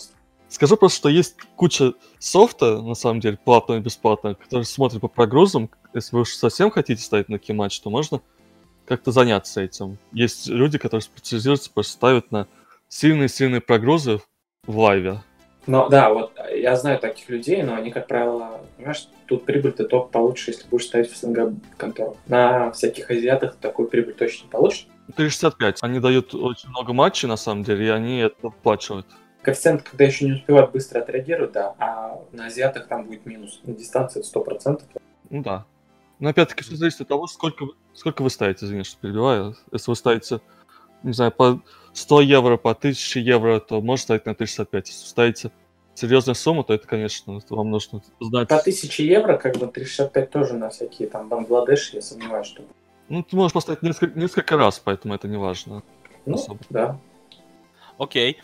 Скажу просто, что есть куча софта, на самом деле, платного и бесплатного, который смотрит по прогрузам. Если вы уж совсем хотите ставить на кей-матч, то можно как-то заняться этим. Есть люди, которые специализируются, просто ставят на сильные-сильные прогрузы в лайве. Ну да, вот я знаю таких людей, но они, как правило, понимаешь, тут прибыль ты только получишь, если будешь ставить в СНГ контору. На всяких азиатах такую прибыль точно не получишь. 365. Они дают очень много матчей, на самом деле, и они это оплачивают. Коэффициент, когда еще не успевают быстро отреагировать, да, а на азиатах там будет минус. На дистанции 100%. Ну да. Но опять-таки все зависит от того, сколько вы ставите, извини, что перебиваю. Если вы ставите, не знаю, по 100 евро, по 1000 евро, то можно ставить на 365. Если ставите серьезную сумму, то это, конечно, вам нужно знать. По 1000 евро, как бы 365 тоже на всякие там Бангладеш, я сомневаюсь, что... Ну, ты можешь поставить несколько раз, поэтому это не важно. Ну, особо. Да. Окей.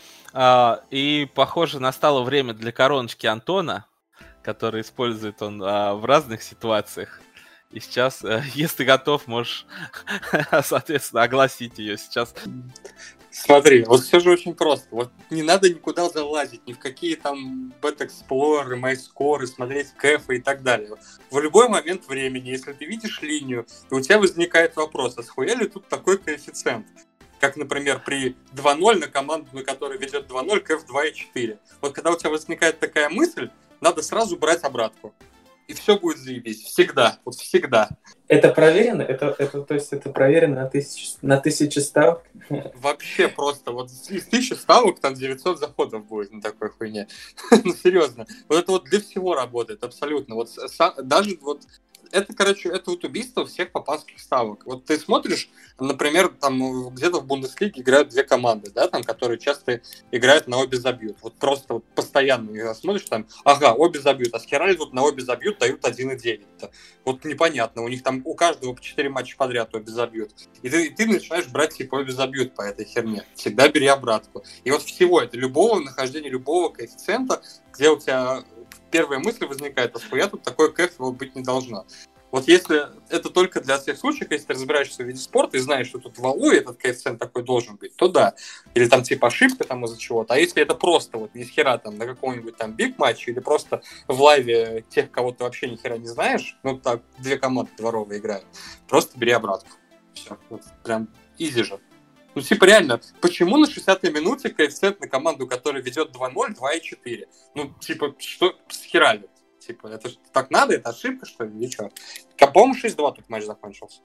И, похоже, настало время для короночки Антона, который использует он в разных ситуациях. И сейчас, если ты готов, можешь, соответственно, огласить ее сейчас. Смотри, вот все же очень просто. Вот не надо никуда залазить, ни в какие там Bet-Explorer, MyScore, смотреть кэфы и так далее. В любой момент времени, если ты видишь линию, и у тебя возникает вопрос, а схуя ли тут такой коэффициент? Как, например, при 2-0 на команду, на которой ведет 2-0, КФ 2,4. Вот когда у тебя возникает такая мысль, надо сразу брать обратку. И все будет заебись. Всегда. Вот всегда. Это проверено? То есть это проверено на 1000 ставок? Вообще просто. Вот из 1000 ставок там 900 заходов будет на такой хуйне. Ну, серьезно. Вот это вот для всего работает. Абсолютно. Вот даже вот это, короче, это вот убийство всех попадских ставок. Вот ты смотришь, например, там где-то в Бундеслиге играют две команды, да, там, которые часто играют на обе забьют. Вот просто вот постоянно смотришь там, ага, обе забьют, а схерали тут на обе забьют, дают 1,9. Вот непонятно, у них там у каждого по 4 матча подряд обе забьют. И ты начинаешь брать типа обе забьют по этой херне. Всегда бери обратку. И вот всего это, нахождение любого коэффициента, где у тебя первая мысль возникает, а схуя тут такой кэф быть не должно. Вот если это только для всех случаев, если ты разбираешься в виде спорта и знаешь, что тут валу, и этот коэффициент такой должен быть, то да. Или там типа ошибка там из-за чего-то. А если это просто вот ни хера там на каком-нибудь там биг-матче или просто в лайве тех, кого ты вообще ни хера не знаешь, ну так, две команды дворовые играют, просто бери обратку. Все, вот прям изи же. Ну, типа, реально, почему на 60-й минуте коэффициент на команду, которая ведет 2-0, 2,4? Ну, типа, что схерали? Типа, это так надо? Это ошибка, что ли? Или что? По-моему, 6-2 тут матч закончился.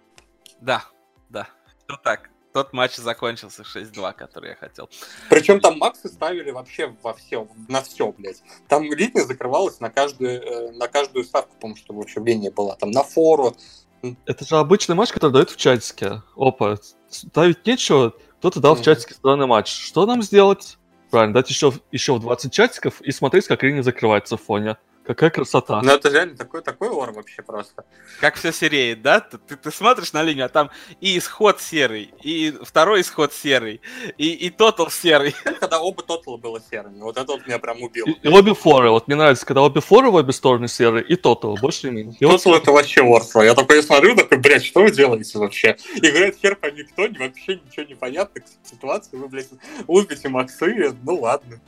Да. Все так. Тот матч закончился 6-2, который я хотел. Причем там максы ставили вообще на все, блядь. Там линия закрывалась на каждую ставку, по-моему, чтобы вообще линия была. Там на фору. Это же обычный матч, который дают в чатике. Опа, ставить нечего, кто-то дал в чатике странный матч. Что нам сделать? Правильно, дать еще в 20 чатиков и смотреть, как линия закрывается в фоне. Какая красота. Ну это реально такой ор вообще просто. Как все сереет, да? Ты смотришь на линию, а там и исход серый, и второй исход серый, и тотал серый. Когда оба тотала было серыми, вот это вот меня прям убило. И обе форы, вот мне нравится, когда обе форы в обе стороны серые, и тотал, больше не меньше. Тотал это вообще орство. Я такой смотрю, такой, блядь, что вы делаете вообще? Играет хер пойми кто, вообще ничего не понятно. Ситуация, вы, блядь, лупите максы, ну ладно.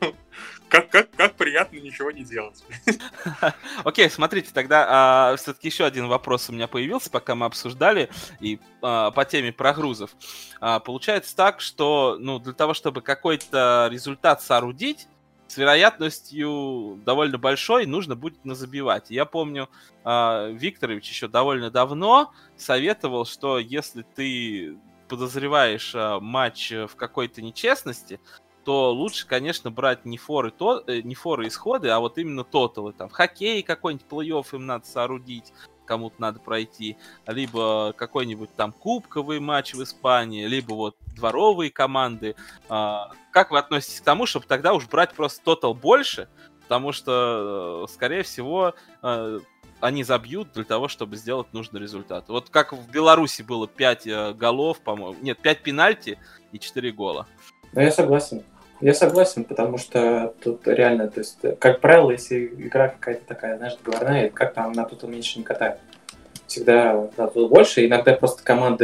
Как приятно ничего не делать. Окей, смотрите, тогда все-таки еще один вопрос у меня появился, пока мы обсуждали и по теме прогрузов. Получается так, что для того, чтобы какой-то результат соорудить, с вероятностью довольно большой нужно будет назабивать. Я помню, Викторович еще довольно давно советовал, что если ты подозреваешь матч в какой-то нечестности, то лучше, конечно, брать не форы исходы, а вот именно тоталы. Там в хоккее какой-нибудь плей-офф им надо соорудить, кому-то надо пройти, либо какой-нибудь там кубковый матч в Испании, либо вот дворовые команды. Как вы относитесь к тому, чтобы тогда уж брать просто тотал больше, потому что, скорее всего, они забьют для того, чтобы сделать нужный результат. Вот как в Беларуси было 5 голов, по-моему, нет, 5 пенальти и 4 гола. Ну, я согласен, потому что тут реально, то есть, как правило, если игра какая-то такая, знаешь, договорная, как там на тотал меньше не катают. Всегда на тотал больше, иногда просто команды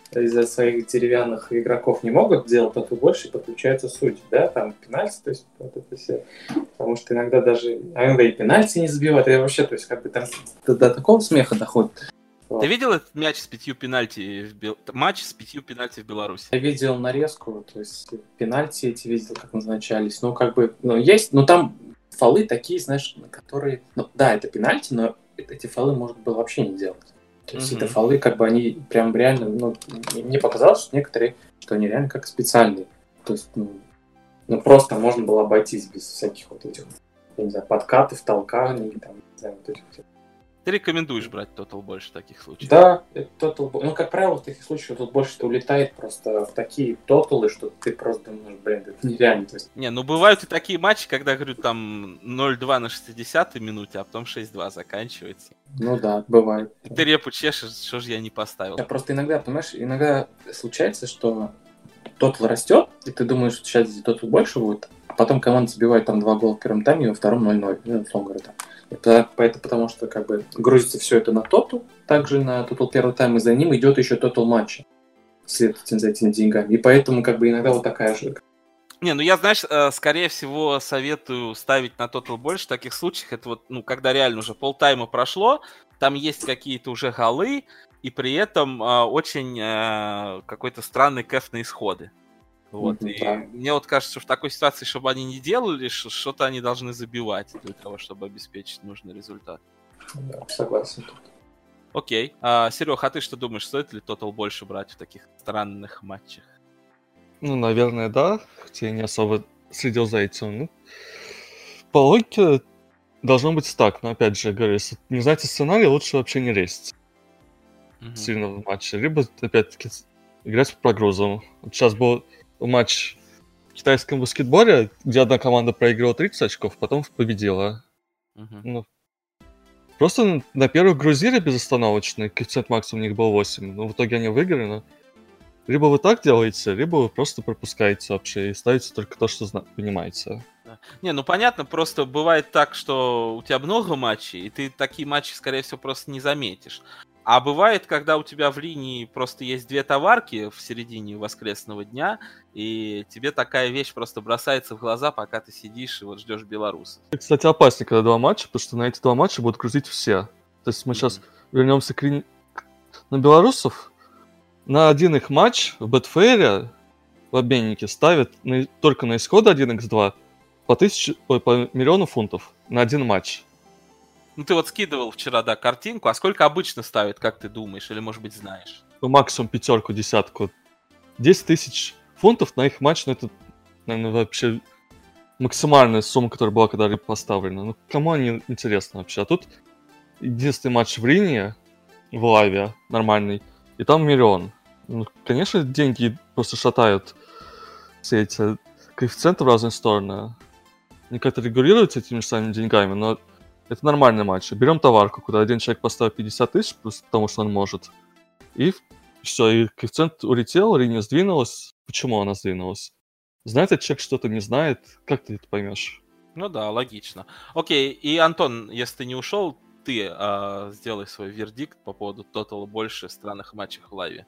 из-за своих деревянных игроков не могут делать, то больше подключаются судьи, да, там пенальти, то есть вот это все. Потому что иногда и пенальти не забивают, и вообще, то есть как бы там до такого смеха доходит. Ты видел этот матч с 5 пенальти матч с 5 пенальти в Беларуси? Я видел нарезку, то есть пенальти эти видел, как назначались. Ну, как бы, есть, но там фолы такие, знаешь, на которые... да, это пенальти, но эти фолы можно было вообще не делать. То есть это фолы, как бы они прям реально... мне показалось, что некоторые, что они реально как специальные. То есть, просто можно было обойтись без всяких вот этих, я не знаю, подкатов, толканий, там, не знаю, вот этих... Ты рекомендуешь брать Total больше в таких случаях? Да, Total... как правило, в таких случаях тут больше улетает просто в такие тоталы, что ты просто думаешь, это нереально. То есть... бывают и такие матчи, когда, говорю, там 0-2 на 60-й минуте, а потом 6-2 заканчивается. Ну да, бывает. И ты репу чешешь, что же я не поставил. Я просто иногда случается, что тотал растет, и ты думаешь, что сейчас здесь тотал больше будет, а потом команда забивает там 2 гола в первом тайме, и во втором 0-0, условно говоря, там. Это потому что как бы грузится все это на тотал, также на тотал первый тайм, и за ним идет еще тотал матча, следовательно, за этими деньгами. И поэтому как бы иногда вот такая же. Я, знаешь, скорее всего советую ставить на тотал больше в таких случаях. Это вот, когда реально уже полтайма прошло, там есть какие-то уже голы, и при этом очень какой-то странный кэф на исходы. Вот. И мне вот кажется, что в такой ситуации, чтобы они не делали, что-то они должны забивать для того, чтобы обеспечить нужный результат. Да, согласен. Окей. Серег, а ты что думаешь, стоит ли тотал больше брать в таких странных матчах? Наверное, да. Хотя я не особо следил за этим. По логике должно быть так. Но опять же, говорю, если не знаете сценарий, лучше вообще не резать сильно в матче. Либо, опять-таки, играть по прогрузам. Вот сейчас был матч в китайском баскетболе, где одна команда проиграла 30 очков, потом победила. Просто на первых грузили безостановочно, коэффициент максимум у них был 8, но в итоге они выиграли. Но... Либо вы так делаете, либо вы просто пропускаете вообще и ставите только то, что понимаете. Понятно, просто бывает так, что у тебя много матчей, и ты такие матчи, скорее всего, просто не заметишь. А бывает, когда у тебя в линии просто есть 2 товарки в середине воскресного дня, и тебе такая вещь просто бросается в глаза, пока ты сидишь и вот ждешь белорусов. Кстати, опаснее, когда 2 матча, потому что на эти 2 матча будут грузить все. То есть мы сейчас вернемся на белорусов. На один их матч в Betfair в обменнике ставят только на исход 1x2 по миллиону фунтов на один матч. Ты вот скидывал вчера, да, картинку. А сколько обычно ставят, как ты думаешь? Или, может быть, знаешь? Максимум 5, 10. 10 тысяч фунтов на их матч, это, наверное, вообще максимальная сумма, которая была когда-либо поставлена. Кому они интересны вообще? А тут единственный матч в линии, в лайве, нормальный, и там 1 миллион. Конечно, деньги просто шатают все эти коэффициенты в разные стороны. Они как-то регулируются этими же самыми деньгами, но это нормальный матч. Берем товарку, куда один человек поставил 50 тысяч, просто потому что он может. И все, и коэффициент улетел, линия сдвинулась. Почему она сдвинулась? Знает этот человек что-то, не знает? Как ты это поймешь? Да, логично. Окей, и Антон, если ты не ушел, ты сделай свой вердикт по поводу тотала больше странных матчей в лайве.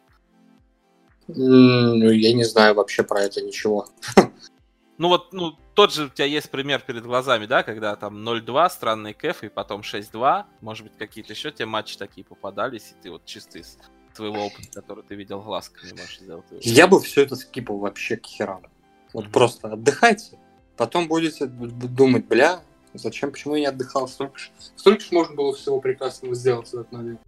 Я не знаю вообще про это ничего. Тот же у тебя есть пример перед глазами, да, когда там 0-2, странный кэф, и потом 6-2, может быть, какие-то еще тебе матчи такие попадались, и ты вот чисто из своего опыта, который ты видел глазками, можешь сделать. Я бы все это скипал вообще к херам. Вот просто отдыхайте, потом будете думать, зачем, почему я не отдыхал, столько ж можно было всего прекрасного сделать в этот момент.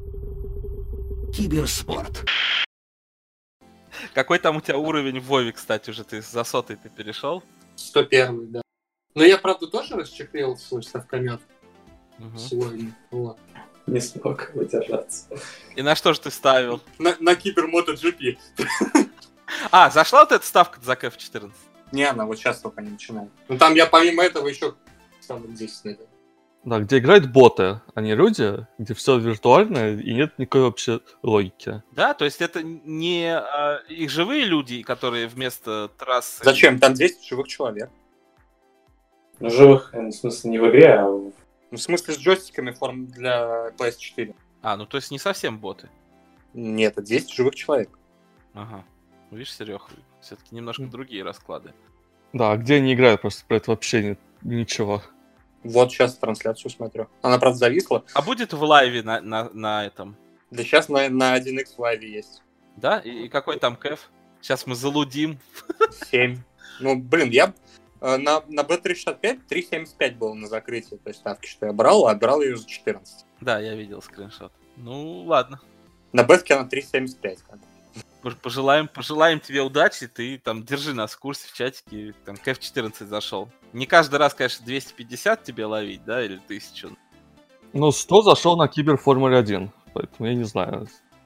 Киберспорт. Какой там у тебя уровень в Вове, кстати, уже ты за 100-й ты перешел? 101, да. Но я, правда, тоже расчехлил свой ставкомет сегодня. Вот. Не смог выдержаться. И на что же ты ставил? На Кибермото GP. Зашла вот эта ставка за КФ-14? Не, она вот сейчас только не начинает. Там я помимо этого еще ставок 10 найду. Да, где играют боты, а не люди, где все виртуально и нет никакой вообще логики. Да, то есть это не их живые люди, которые вместо трассы... Зачем? Там 200 живых человек. Живых, в смысле, не в игре, а... В смысле, с джойстиками форм для PS4. То есть не совсем боты. Нет, это 200 живых человек. Ага. Видишь, Серег, все-таки немножко другие расклады. Да, где они играют, просто про это вообще ничего. Вот сейчас трансляцию смотрю. Она, правда, зависла. А будет в лайве на этом? Да сейчас на 1x в лайве есть. Да? И какой там кэф? Сейчас мы залудим. 7. Ну, блин, я на B365 3.75 было на закрытии той ставки, что я брал, а брал ее за 14. Да, я видел скриншот. Ну, ладно. На бетке она 3.75. Пожелаем тебе удачи, ты там держи нас в курсе в чатике, там кэф 14 зашел. Не каждый раз, конечно, 250 тебе ловить, да, или 1000. Ну, 100 зашел на Кибер Формуле 1, поэтому я не знаю.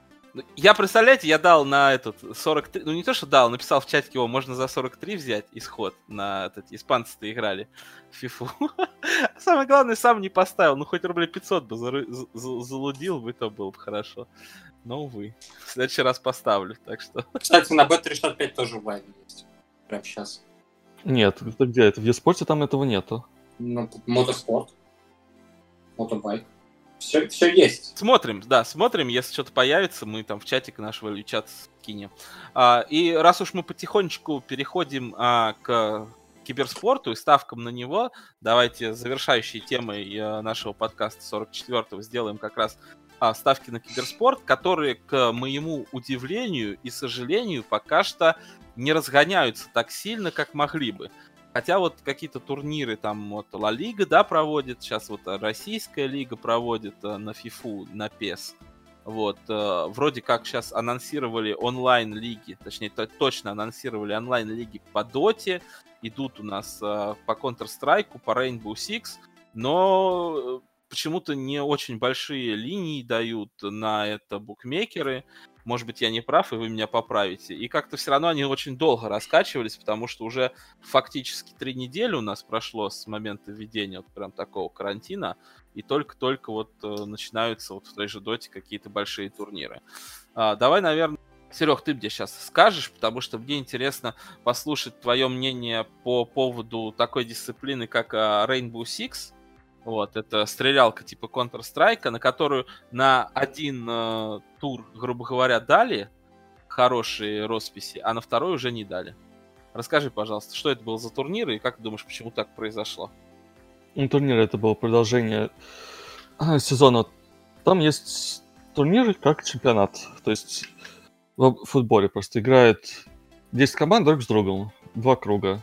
Я, представляете, я дал на этот 43, ну не то, что дал, написал в чатике, его можно за 43 взять исход, на этот, испанцы-то играли в фифу. Самое главное, сам не поставил, ну хоть рублей 500 бы залудил бы, то было бы хорошо. Но, увы, в следующий раз поставлю, так что... Кстати, на Bet365 тоже в лайве есть. Прямо сейчас. Нет, это где? Это в eSports там этого нету. Ну, мотоспорт. Мотобайк. Все есть. Смотрим, если что-то появится, мы там в чатик нашего чат скинем. И раз уж мы потихонечку переходим к киберспорту и ставкам на него, давайте завершающей темой нашего подкаста 44-го сделаем как раз ставки на киберспорт, которые, к моему удивлению и сожалению, пока что не разгоняются так сильно, как могли бы. Хотя вот какие-то турниры, там вот Ла Лига, да, проводит, сейчас вот Российская лига проводит на FIFA, на PES. Вот, вроде как сейчас анонсировали онлайн-лиги, точнее, точно анонсировали онлайн-лиги по Доте, идут у нас по Counter-Strike, по Rainbow Six, но почему-то не очень большие линии дают на это букмекеры. Может быть, я не прав, и вы меня поправите. И как-то все равно они очень долго раскачивались, потому что уже фактически 3 недели у нас прошло с момента введения вот прям такого карантина, и только-только вот начинаются вот в той же доте какие-то большие турниры. Давай, наверное, Серег, ты мне сейчас скажешь, потому что мне интересно послушать твое мнение по поводу такой дисциплины, как Rainbow Six. Вот, это стрелялка типа Counter-Strike, на которую на один тур, грубо говоря, дали хорошие росписи, а на второй уже не дали. Расскажи, пожалуйста, что это был за турнир и как ты думаешь, почему так произошло? Ну, турнир это было продолжение сезона. Там есть турниры как чемпионат. То есть в футболе просто играет 10 команд друг с другом. 2 круга.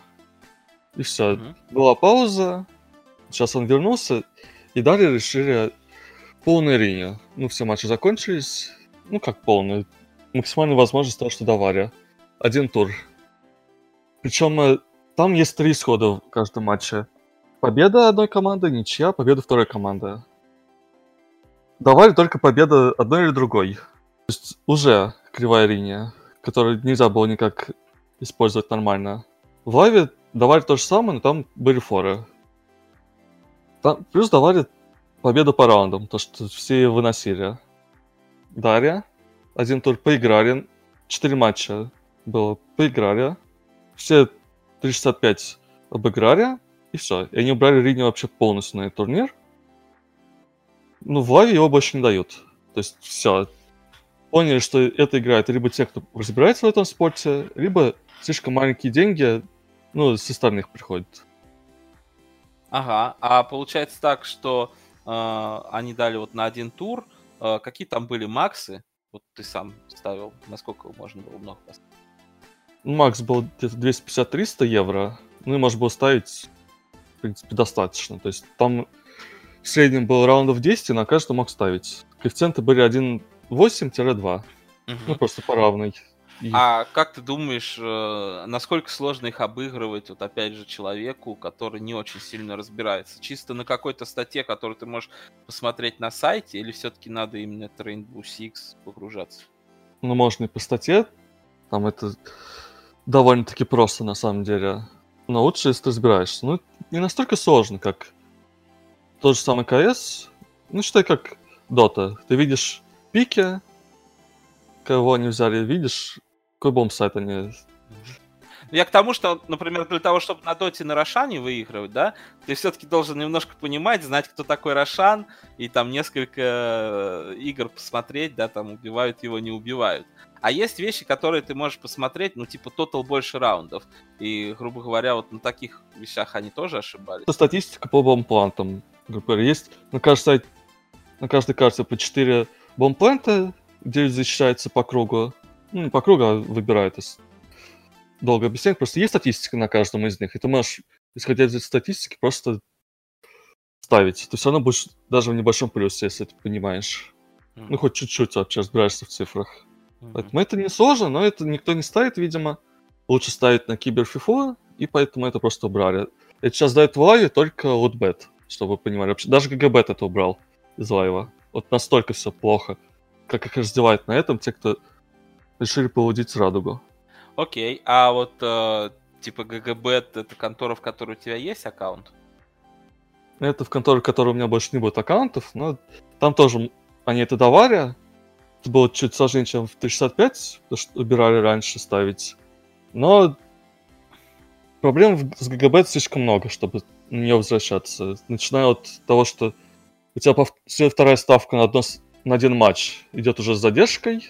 И все. Была пауза. Сейчас он вернулся, и далее решили полная линия. Ну, все матчи закончились. Ну, как полная. Максимальная возможность того, что давали. 1 тур. Причем там есть 3 исхода в каждом матче. Победа одной команды, ничья, победа второй команды. Давали только победа одной или другой. То есть уже кривая линия, которую нельзя было никак использовать нормально. В лайве давали то же самое, но там были форы. Там, плюс давали победу по раундам, то, что все выносили. Дарья, 1 тур поиграли, 4 матча было, поиграли, все 365 обыграли, и все. И они убрали линию вообще полностью на этот турнир. Ну, в лайве его больше не дают. То есть все. Поняли, что это играет либо те, кто разбирается в этом спорте, либо слишком маленькие деньги, ну, с остальных приходят. Ага, а получается так, что они дали вот на 1 тур. Какие там были максы? Вот ты сам ставил, насколько можно было много поставить? Макс был где-то 250-300 евро. Ну и можно было ставить, в принципе, достаточно. То есть там в среднем было раундов 10, и на каждый мог ставить. Коэффициенты были 1,8-2. Ну, просто по равной. А как ты думаешь, насколько сложно их обыгрывать, вот опять же, человеку, который не очень сильно разбирается? Чисто на какой-то статье, которую ты можешь посмотреть на сайте, или все-таки надо именно в Rainbow Six погружаться? Ну, можно и по статье. Там это довольно-таки просто, на самом деле. Но лучше, если ты разбираешься. Ну, не настолько сложно, как тот же самый КС. Ну, считай, как Dota. Ты видишь пики, кого они взяли, видишь, какой бомб-сайт они... Я к тому, что, например, для того, чтобы на Доте на Рошане выигрывать, да, ты все-таки должен немножко понимать, знать, кто такой Рошан, и там несколько игр посмотреть, да, там убивают его, не убивают. А есть вещи, которые ты можешь посмотреть, ну, типа, тотал больше раундов. И, грубо говоря, вот на таких вещах они тоже ошибались. Статистика по бомбплантам. Например, есть на каждой карте по 4 бомбпланта, где защищается по кругу. Ну, не по кругу, а выбирают. Долго объяснять. Просто есть статистика на каждом из них, и ты можешь, исходя из этой статистики, просто ставить. Ты все равно будешь даже в небольшом плюсе, если ты понимаешь. Ну, хоть чуть-чуть вообще разбираешься в цифрах. Поэтому это не сложно, но это никто не ставит, видимо. Лучше ставить на киберфифу, и поэтому это просто убрали. Это сейчас дает в лайве только Лутбет, чтобы вы понимали. Вообще, даже ГГБет это убрал из лайва. Вот настолько все плохо. Как их раздевают на этом те, кто решили поводить радугу. Окей, а вот типа ГГБет это контора, в которой у тебя есть аккаунт? Это в конторе, в которой у меня больше не будет аккаунтов, но там тоже они это давали. Это было чуть сложнее, чем в 365, потому что убирали раньше ставить. Но проблем с ГГБ слишком много, чтобы на нее возвращаться. Начиная от того, что у тебя вторая ставка на один матч идет уже с задержкой,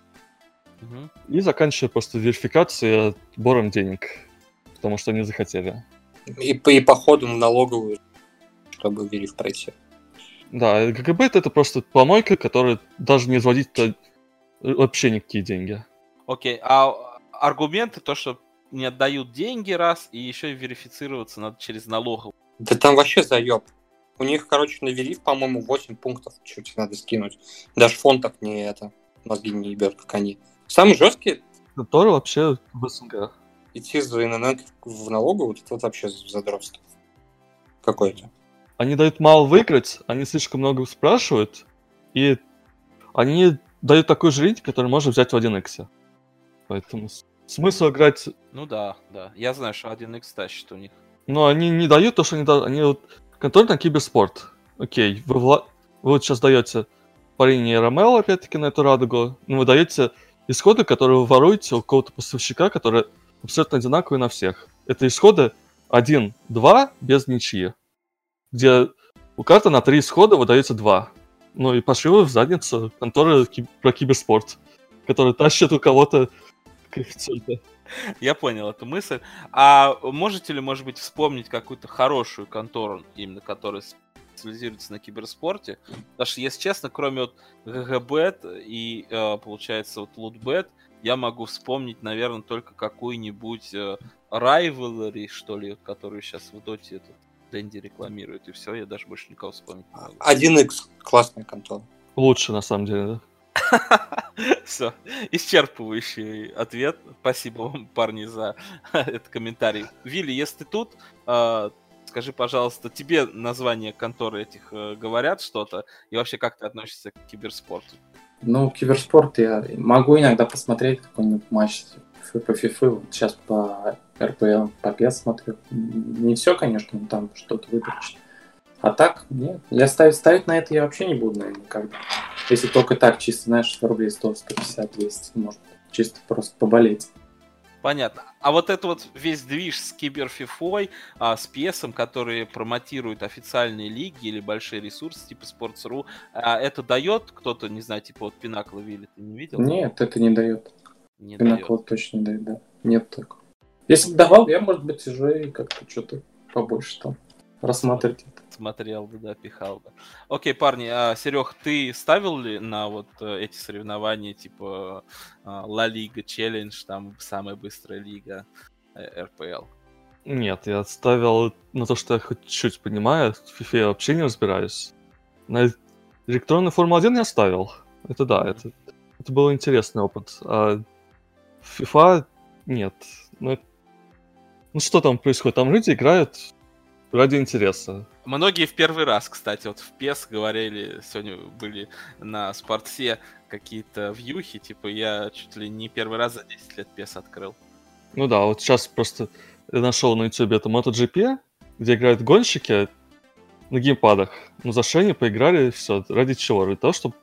и заканчивая просто верификацией и отбором денег, потому что они захотели. И по ходу на налоговую, чтобы вериф пройти. Да, ГГБ это просто помойка, которая даже не изводит вообще никакие деньги. Окей, а аргументы, то, что не отдают деньги раз, и еще и верифицироваться надо через налоговую. Да там вообще заеб. У них, короче, на вериф, по-моему, 8 пунктов чуть надо скинуть. Даже фонд так не это, мозги не ебет, как они. Самые жесткие... Который вообще в СНГ. Идти за ИНН в налоговую, это вот вообще задротство какое-то. Они дают мало выиграть, они слишком много спрашивают, и они дают такой же рейтинг, который можно взять в 1x. Поэтому смысл играть... Ну да. Я знаю, что 1x тащит у них. Но они не дают то, что они дают. Они вот контроль на киберспорт. Окей, вы вот сейчас даете по линии РМЛ, опять-таки, на эту радугу, но вы даете исходы, которые вы воруете у какого-то поставщика, которые абсолютно одинаковые на всех. Это исходы 1-2 без ничьи, где у карты на 3 исхода выдается 2. Ну и пошли вы в задницу конторы про киберспорт, которые тащат у кого-то коэффициенты. Я понял эту мысль. А можете ли, может быть, вспомнить какую-то хорошую контору, именно которая специализируется на киберспорте? Потому что, если честно, кроме вот ГГБет и, получается, вот Лутбет, я могу вспомнить, наверное, только какую-нибудь Rivalry, что ли, которую сейчас в Доте этот Дэнди рекламирует, и все, я даже больше никого вспомнить не могу. 1x, классная контора. Лучше, на самом деле, да? Все, исчерпывающий ответ. Спасибо вам, парни, за этот комментарий. Вилли, если ты тут, скажи, пожалуйста, тебе названия конторы этих говорят что-то? И вообще, как ты относишься к киберспорту? Ну, киберспорт я могу иногда посмотреть какой-нибудь матч по FIFA. Вот сейчас по РПЛ, по PES смотрю. Не все, конечно, но там что-то выборочно. А так, нет. Я ставить на это я вообще не буду, наверное, никогда. Если только так, чисто, знаешь, 100 рублей, 100, 150, 200, может, чисто просто поболеть. Понятно. А вот это вот весь движ с киберфифой, с PES, которые промотируют официальные лиги или большие ресурсы, типа Sports.ru, это дает кто-то, не знаю, типа вот Pinnacle Вилли, ты не видел? Нет, это не дает. Не Pinnacle дает. точно не дает, да. Нет такого. Если бы давал, я, может быть, уже как-то что-то побольше там рассматривать. Смотрел бы, да, пихал бы. Окей, парни, Серег, ты ставил ли на вот эти соревнования, типа Ла Лига Челлендж, там самая быстрая лига РПЛ? Нет, я ставил на то, что я хоть чуть-чуть понимаю, в FIFA я вообще не разбираюсь. На электронную Формулу-1 я ставил. Это да, это был интересный опыт. А в FIFA нет. Ну что там происходит? Там люди играют ради интереса. Многие в первый раз, кстати, вот в PES говорили, сегодня были на Спортсе какие-то вьюхи, типа я чуть ли не первый раз за 10 лет PES открыл. Ну да, вот сейчас просто я нашел на YouTube это MotoGP, где играют гонщики на геймпадах. Ну за что они поиграли, все, ради чего? Ради того, чтобы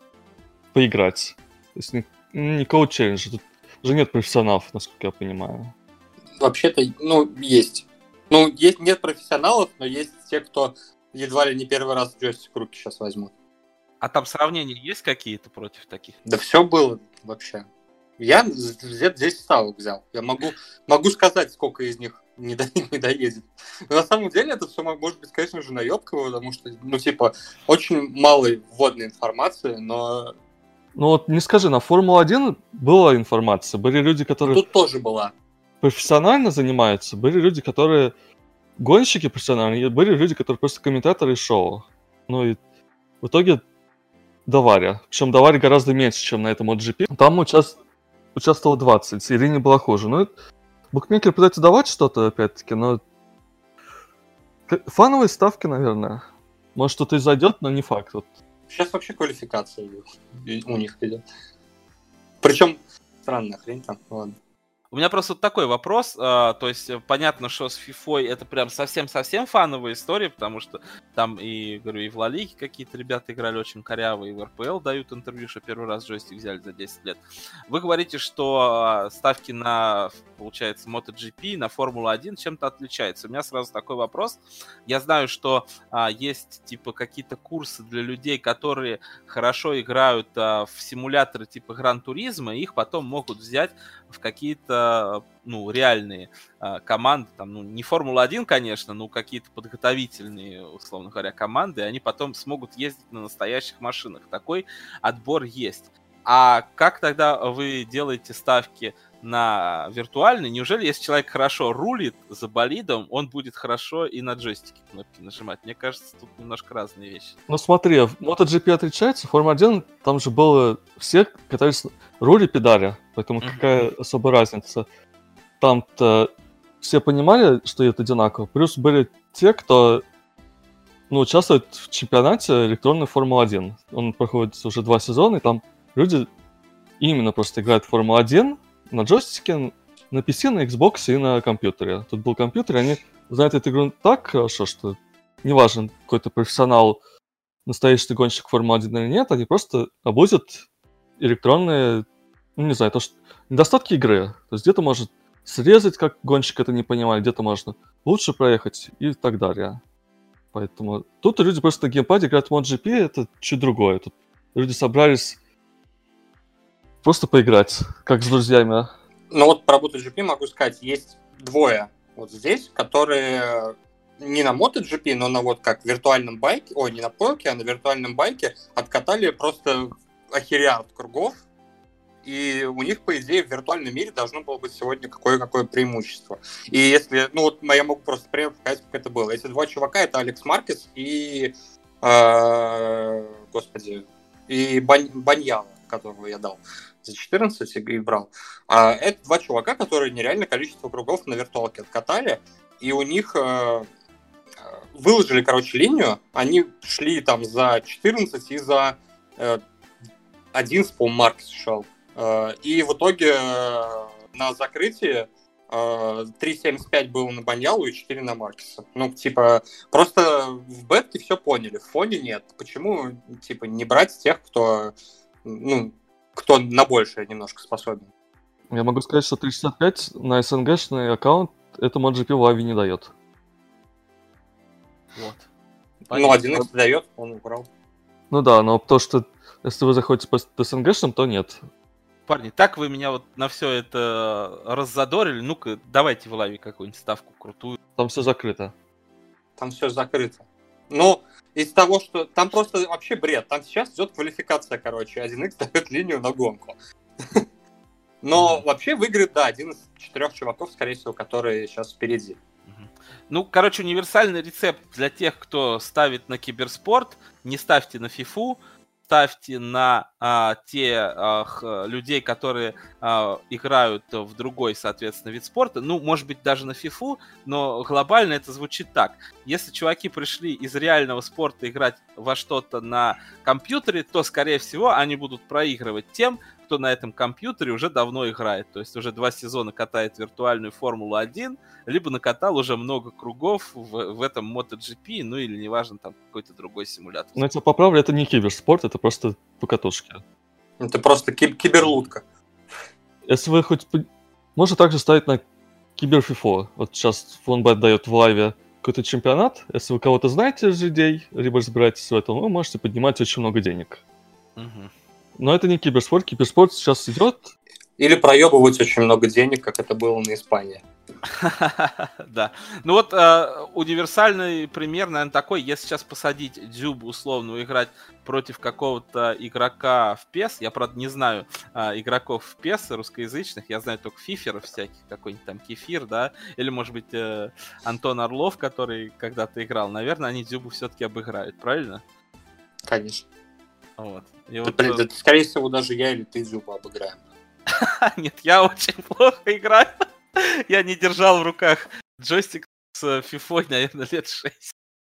поиграть. То есть никакого челленджа. Тут уже нет профессионалов, насколько я понимаю. Вообще-то, есть. Нет профессионалов, но есть те, кто едва ли не первый раз джойстик в руки сейчас возьмут. А там сравнения есть какие-то против таких? Да все было вообще. Я где-то 10 ставок взял. Я могу сказать, сколько из них не доедет. Но на самом деле это все может быть, конечно же, наебково, потому что, очень мало вводной информации, но... Ну вот не скажи, на Формулу-1 была информация. Были люди, которые... Тут тоже была. Профессионально занимаются, были люди, которые гонщики профессиональные, были люди, которые просто комментаторы шоу. Ну и в итоге Давария. Причем Давария гораздо меньше, чем на этом MotoGP. Там участвовало 20, Ирине было хуже. Ну, букмекер пытается давать что-то, опять-таки, но фановые ставки, наверное. Может, что-то и зайдет, но не факт. Вот. Сейчас вообще квалификация у них идет. Причем странная хрень там, ладно. У меня просто вот такой вопрос, то есть понятно, что с FIFA это прям совсем-совсем фановая история, потому что там и, говорю, и в Ла Лиге какие-то ребята играли очень коряво, и в РПЛ дают интервью, что первый раз джойстик взяли за 10 лет. Вы говорите, что ставки на, получается, MotoGP, на Формулу-1 чем-то отличаются. У меня сразу такой вопрос. Я знаю, что есть типа какие-то курсы для людей, которые хорошо играют в симуляторы типа Гран-туризма, и их потом могут взять в какие-то реальные команды, там, не Формула-1, конечно, но какие-то подготовительные, условно говоря, команды, и они потом смогут ездить на настоящих машинах. Такой отбор есть. А как тогда вы делаете ставки на виртуальный? Неужели, если человек хорошо рулит за болидом, он будет хорошо и на джойстике кнопки нажимать? Мне кажется, тут немножко разные вещи. Ну смотри, в MotoGP отличается, Формула-1, там же было все катались рули педали, поэтому какая особая разница? Там-то все понимали, что это одинаково, плюс были те, кто участвует в чемпионате электронной Формулы-1. Он проходит уже 2 сезона, и там люди именно просто играют в Формулу-1 на джойстике, на PC, на Xbox и на компьютере. Тут был компьютер, и они знают эту игру так хорошо, что неважно, какой-то профессионал, настоящий гонщик Формулы-1 или нет, они просто обузят электронные, недостатки игры. То есть где-то может срезать, как гонщик это не понимает, где-то можно лучше проехать и так далее. Поэтому тут люди просто на геймпаде играют в MotoGP, это чуть другое. Тут люди собрались просто поиграть, как с друзьями. Ну вот про MotoGP могу сказать, есть двое вот здесь, которые не на MotoGP, но на вот как виртуальном байке, не на полке, а на виртуальном байке откатали просто охерят кругов, и у них, по идее, в виртуальном мире должно было быть сегодня какое-какое преимущество. И если, я могу просто пример показать, как это было. Эти два чувака, это Алекс Маркес и, и Баньяла, которого я дал за 14 и брал. Это два чувака, которые нереальное количество кругов на виртуалке откатали, и у них выложили, линию, они шли там за 14 и за 11, по-моему, Маркес шел. И в итоге на закрытии 3.75 было на Баньялу и 4 на Маркеса. Просто в бетке все поняли, в фоне нет. Почему, не брать тех, кто на большее немножко способен? Я могу сказать, что 365 на СНГшный аккаунт это MotoGP в Ави не дает. Вот. 1x дает, он убрал. Ну да, но то, что если вы заходите по СНГшным, то нет. Парни, так вы меня вот на все это раззадорили. Ну-ка, давайте в лайве какую-нибудь ставку крутую. Там все закрыто. Там все закрыто. Из того, что... Там просто вообще бред. Там сейчас идет квалификация, 1x дает линию на гонку. Но вообще выиграет, один из 4 чуваков, скорее всего, которые сейчас впереди. Универсальный рецепт для тех, кто ставит на киберспорт. Не ставьте на FIFA. Ставьте на тех людей, которые играют в другой, соответственно, вид спорта. Может быть, даже на FIFA, но глобально это звучит так. Если чуваки пришли из реального спорта играть во что-то на компьютере, то, скорее всего, они будут проигрывать тем, кто на этом компьютере уже давно играет. То есть уже 2 сезона катает виртуальную Формулу-1, либо накатал уже много кругов в этом MotoGP, или неважно, там какой-то другой симулятор. Но я тебя поправлю, это не киберспорт, это просто покатушки. Это просто киберлутка. Если вы можно также ставить на киберфифо. Вот сейчас Фонбет дает в лайве какой-то чемпионат. Если вы кого-то знаете из людей, либо разбираетесь в этом, вы можете поднимать очень много денег. Мгм. Но это не киберспорт. Киберспорт сейчас идет. Или проебывать очень много денег, как это было на Испании. Да. Ну вот универсальный пример, наверное, такой. Если сейчас посадить Дзюбу условно играть против какого-то игрока в PES, я, правда, не знаю игроков в PES русскоязычных, я знаю только фиферов всяких, какой-нибудь там Кефир, да, или, может быть, Антон Орлов, который когда-то играл. Наверное, они Дзюбу все-таки обыграют, правильно? Конечно. Вот. И Да, вот, блин, да, скорее всего, даже я или ты Дзюбу обыграем. Нет, я очень плохо играю. Я не держал в руках джойстик с фифой, наверное, лет 6.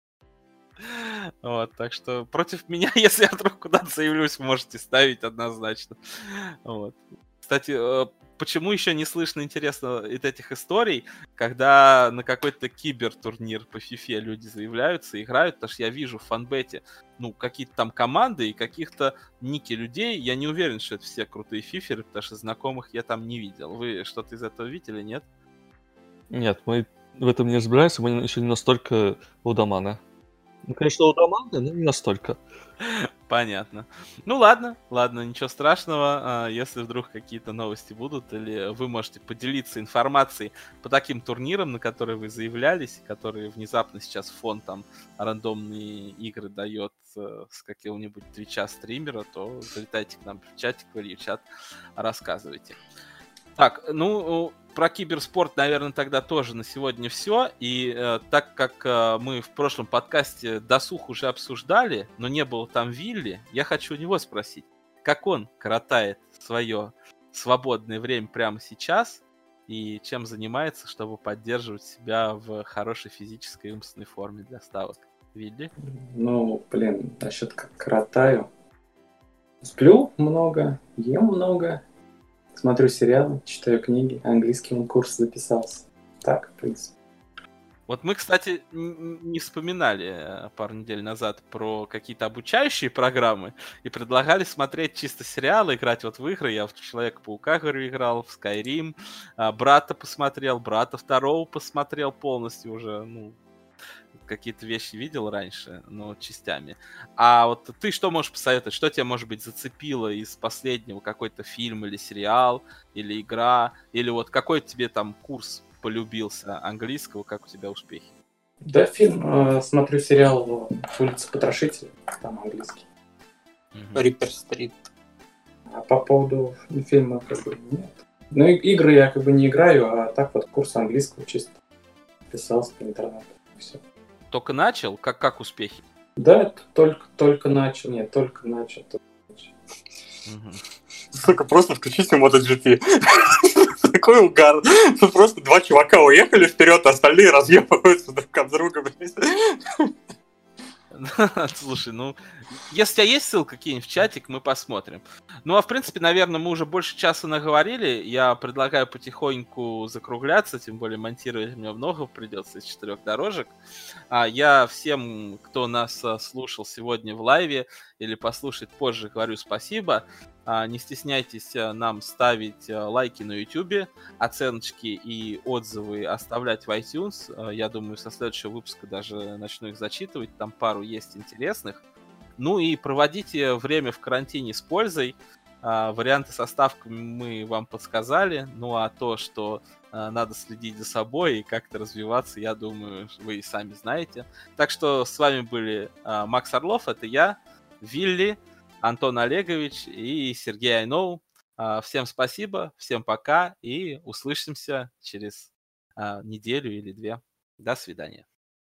Вот, так что против меня, если я вдруг куда-то заявлюсь, можете ставить однозначно. Вот. Кстати, почему еще не слышно, интересно, этих историй, когда на какой-то кибертурнир по фифе люди заявляются, играют, потому что я вижу в фанбете, ну, какие-то там команды и каких-то ники людей, я не уверен, что это все крутые фиферы, потому что знакомых я там не видел. Вы что-то из этого видели, нет? Нет, мы в этом не разбираемся, мы еще не настолько лудоманы. Ну, конечно, лудоманы, но не настолько. Понятно. Ну ладно, ничего страшного. Если вдруг какие-то новости будут, или вы можете поделиться информацией по таким турнирам, на которые вы заявлялись, которые внезапно сейчас фонд там рандомные игры дает с какого-нибудь твича стримера, то залетайте к нам в чатик, в чат, рассказывайте. Так, ну, про киберспорт, наверное, тогда тоже на сегодня все. И так как мы в прошлом подкасте досуг уже обсуждали, но не было там Вилли, я хочу у него спросить, как он коротает свое свободное время прямо сейчас и чем занимается, чтобы поддерживать себя в хорошей физической и умственной форме для ставок. Вилли? Ну, блин, насчет как коротаю. Сплю много, ем много. Смотрю сериалы, читаю книги, английский курс записался. Так, в принципе. Вот мы, кстати, не вспоминали пару недель назад про какие-то обучающие программы и предлагали смотреть чисто сериалы, играть вот в игры. Я в Человека-паука, говорю, играл, в Skyrim, Брата посмотрел, Брата второго посмотрел полностью уже, ну, какие-то вещи видел раньше, но частями. А вот ты что можешь посоветовать? Что тебя, может быть, зацепило из последнего? Какой-то фильм или сериал, или игра? Или вот какой тебе там курс полюбился английского? Как у тебя успехи? Да, фильм. Смотрю сериал «Улица Потрошителя», там английский. Риппер-стрит. А по поводу фильма как бы нет. Ну, игры я как бы не играю, а так вот курс английского чисто писался по интернету. Все. Только начал? Как успехи? Да, только начал. Нет, только начал. Сука, просто включите MotoGP. Такой угар. Тут просто два чувака уехали вперед, а остальные разъебываются друг об друга, блядь. Слушай, ну, если у тебя есть ссылка, кинь в чатик, мы посмотрим. Ну, а в принципе, наверное, мы уже больше часа наговорили. Я предлагаю потихоньку закругляться, тем более монтировать мне много придется из 4 дорожек. Я всем, кто нас слушал сегодня в лайве или послушает позже, говорю спасибо. Не стесняйтесь нам ставить лайки на YouTube, оценочки и отзывы оставлять в iTunes. Я думаю, со следующего выпуска даже начну их зачитывать. Там пару есть интересных. Ну и проводите время в карантине с пользой. Варианты со ставками мы вам подсказали. Ну а то, что надо следить за собой и как-то развиваться, я думаю, вы и сами знаете. Так что с вами были Макс Орлов, это я, Вилли, Антон Олегович и Сергей Айноу. Всем спасибо, всем пока и услышимся через неделю или две. До свидания.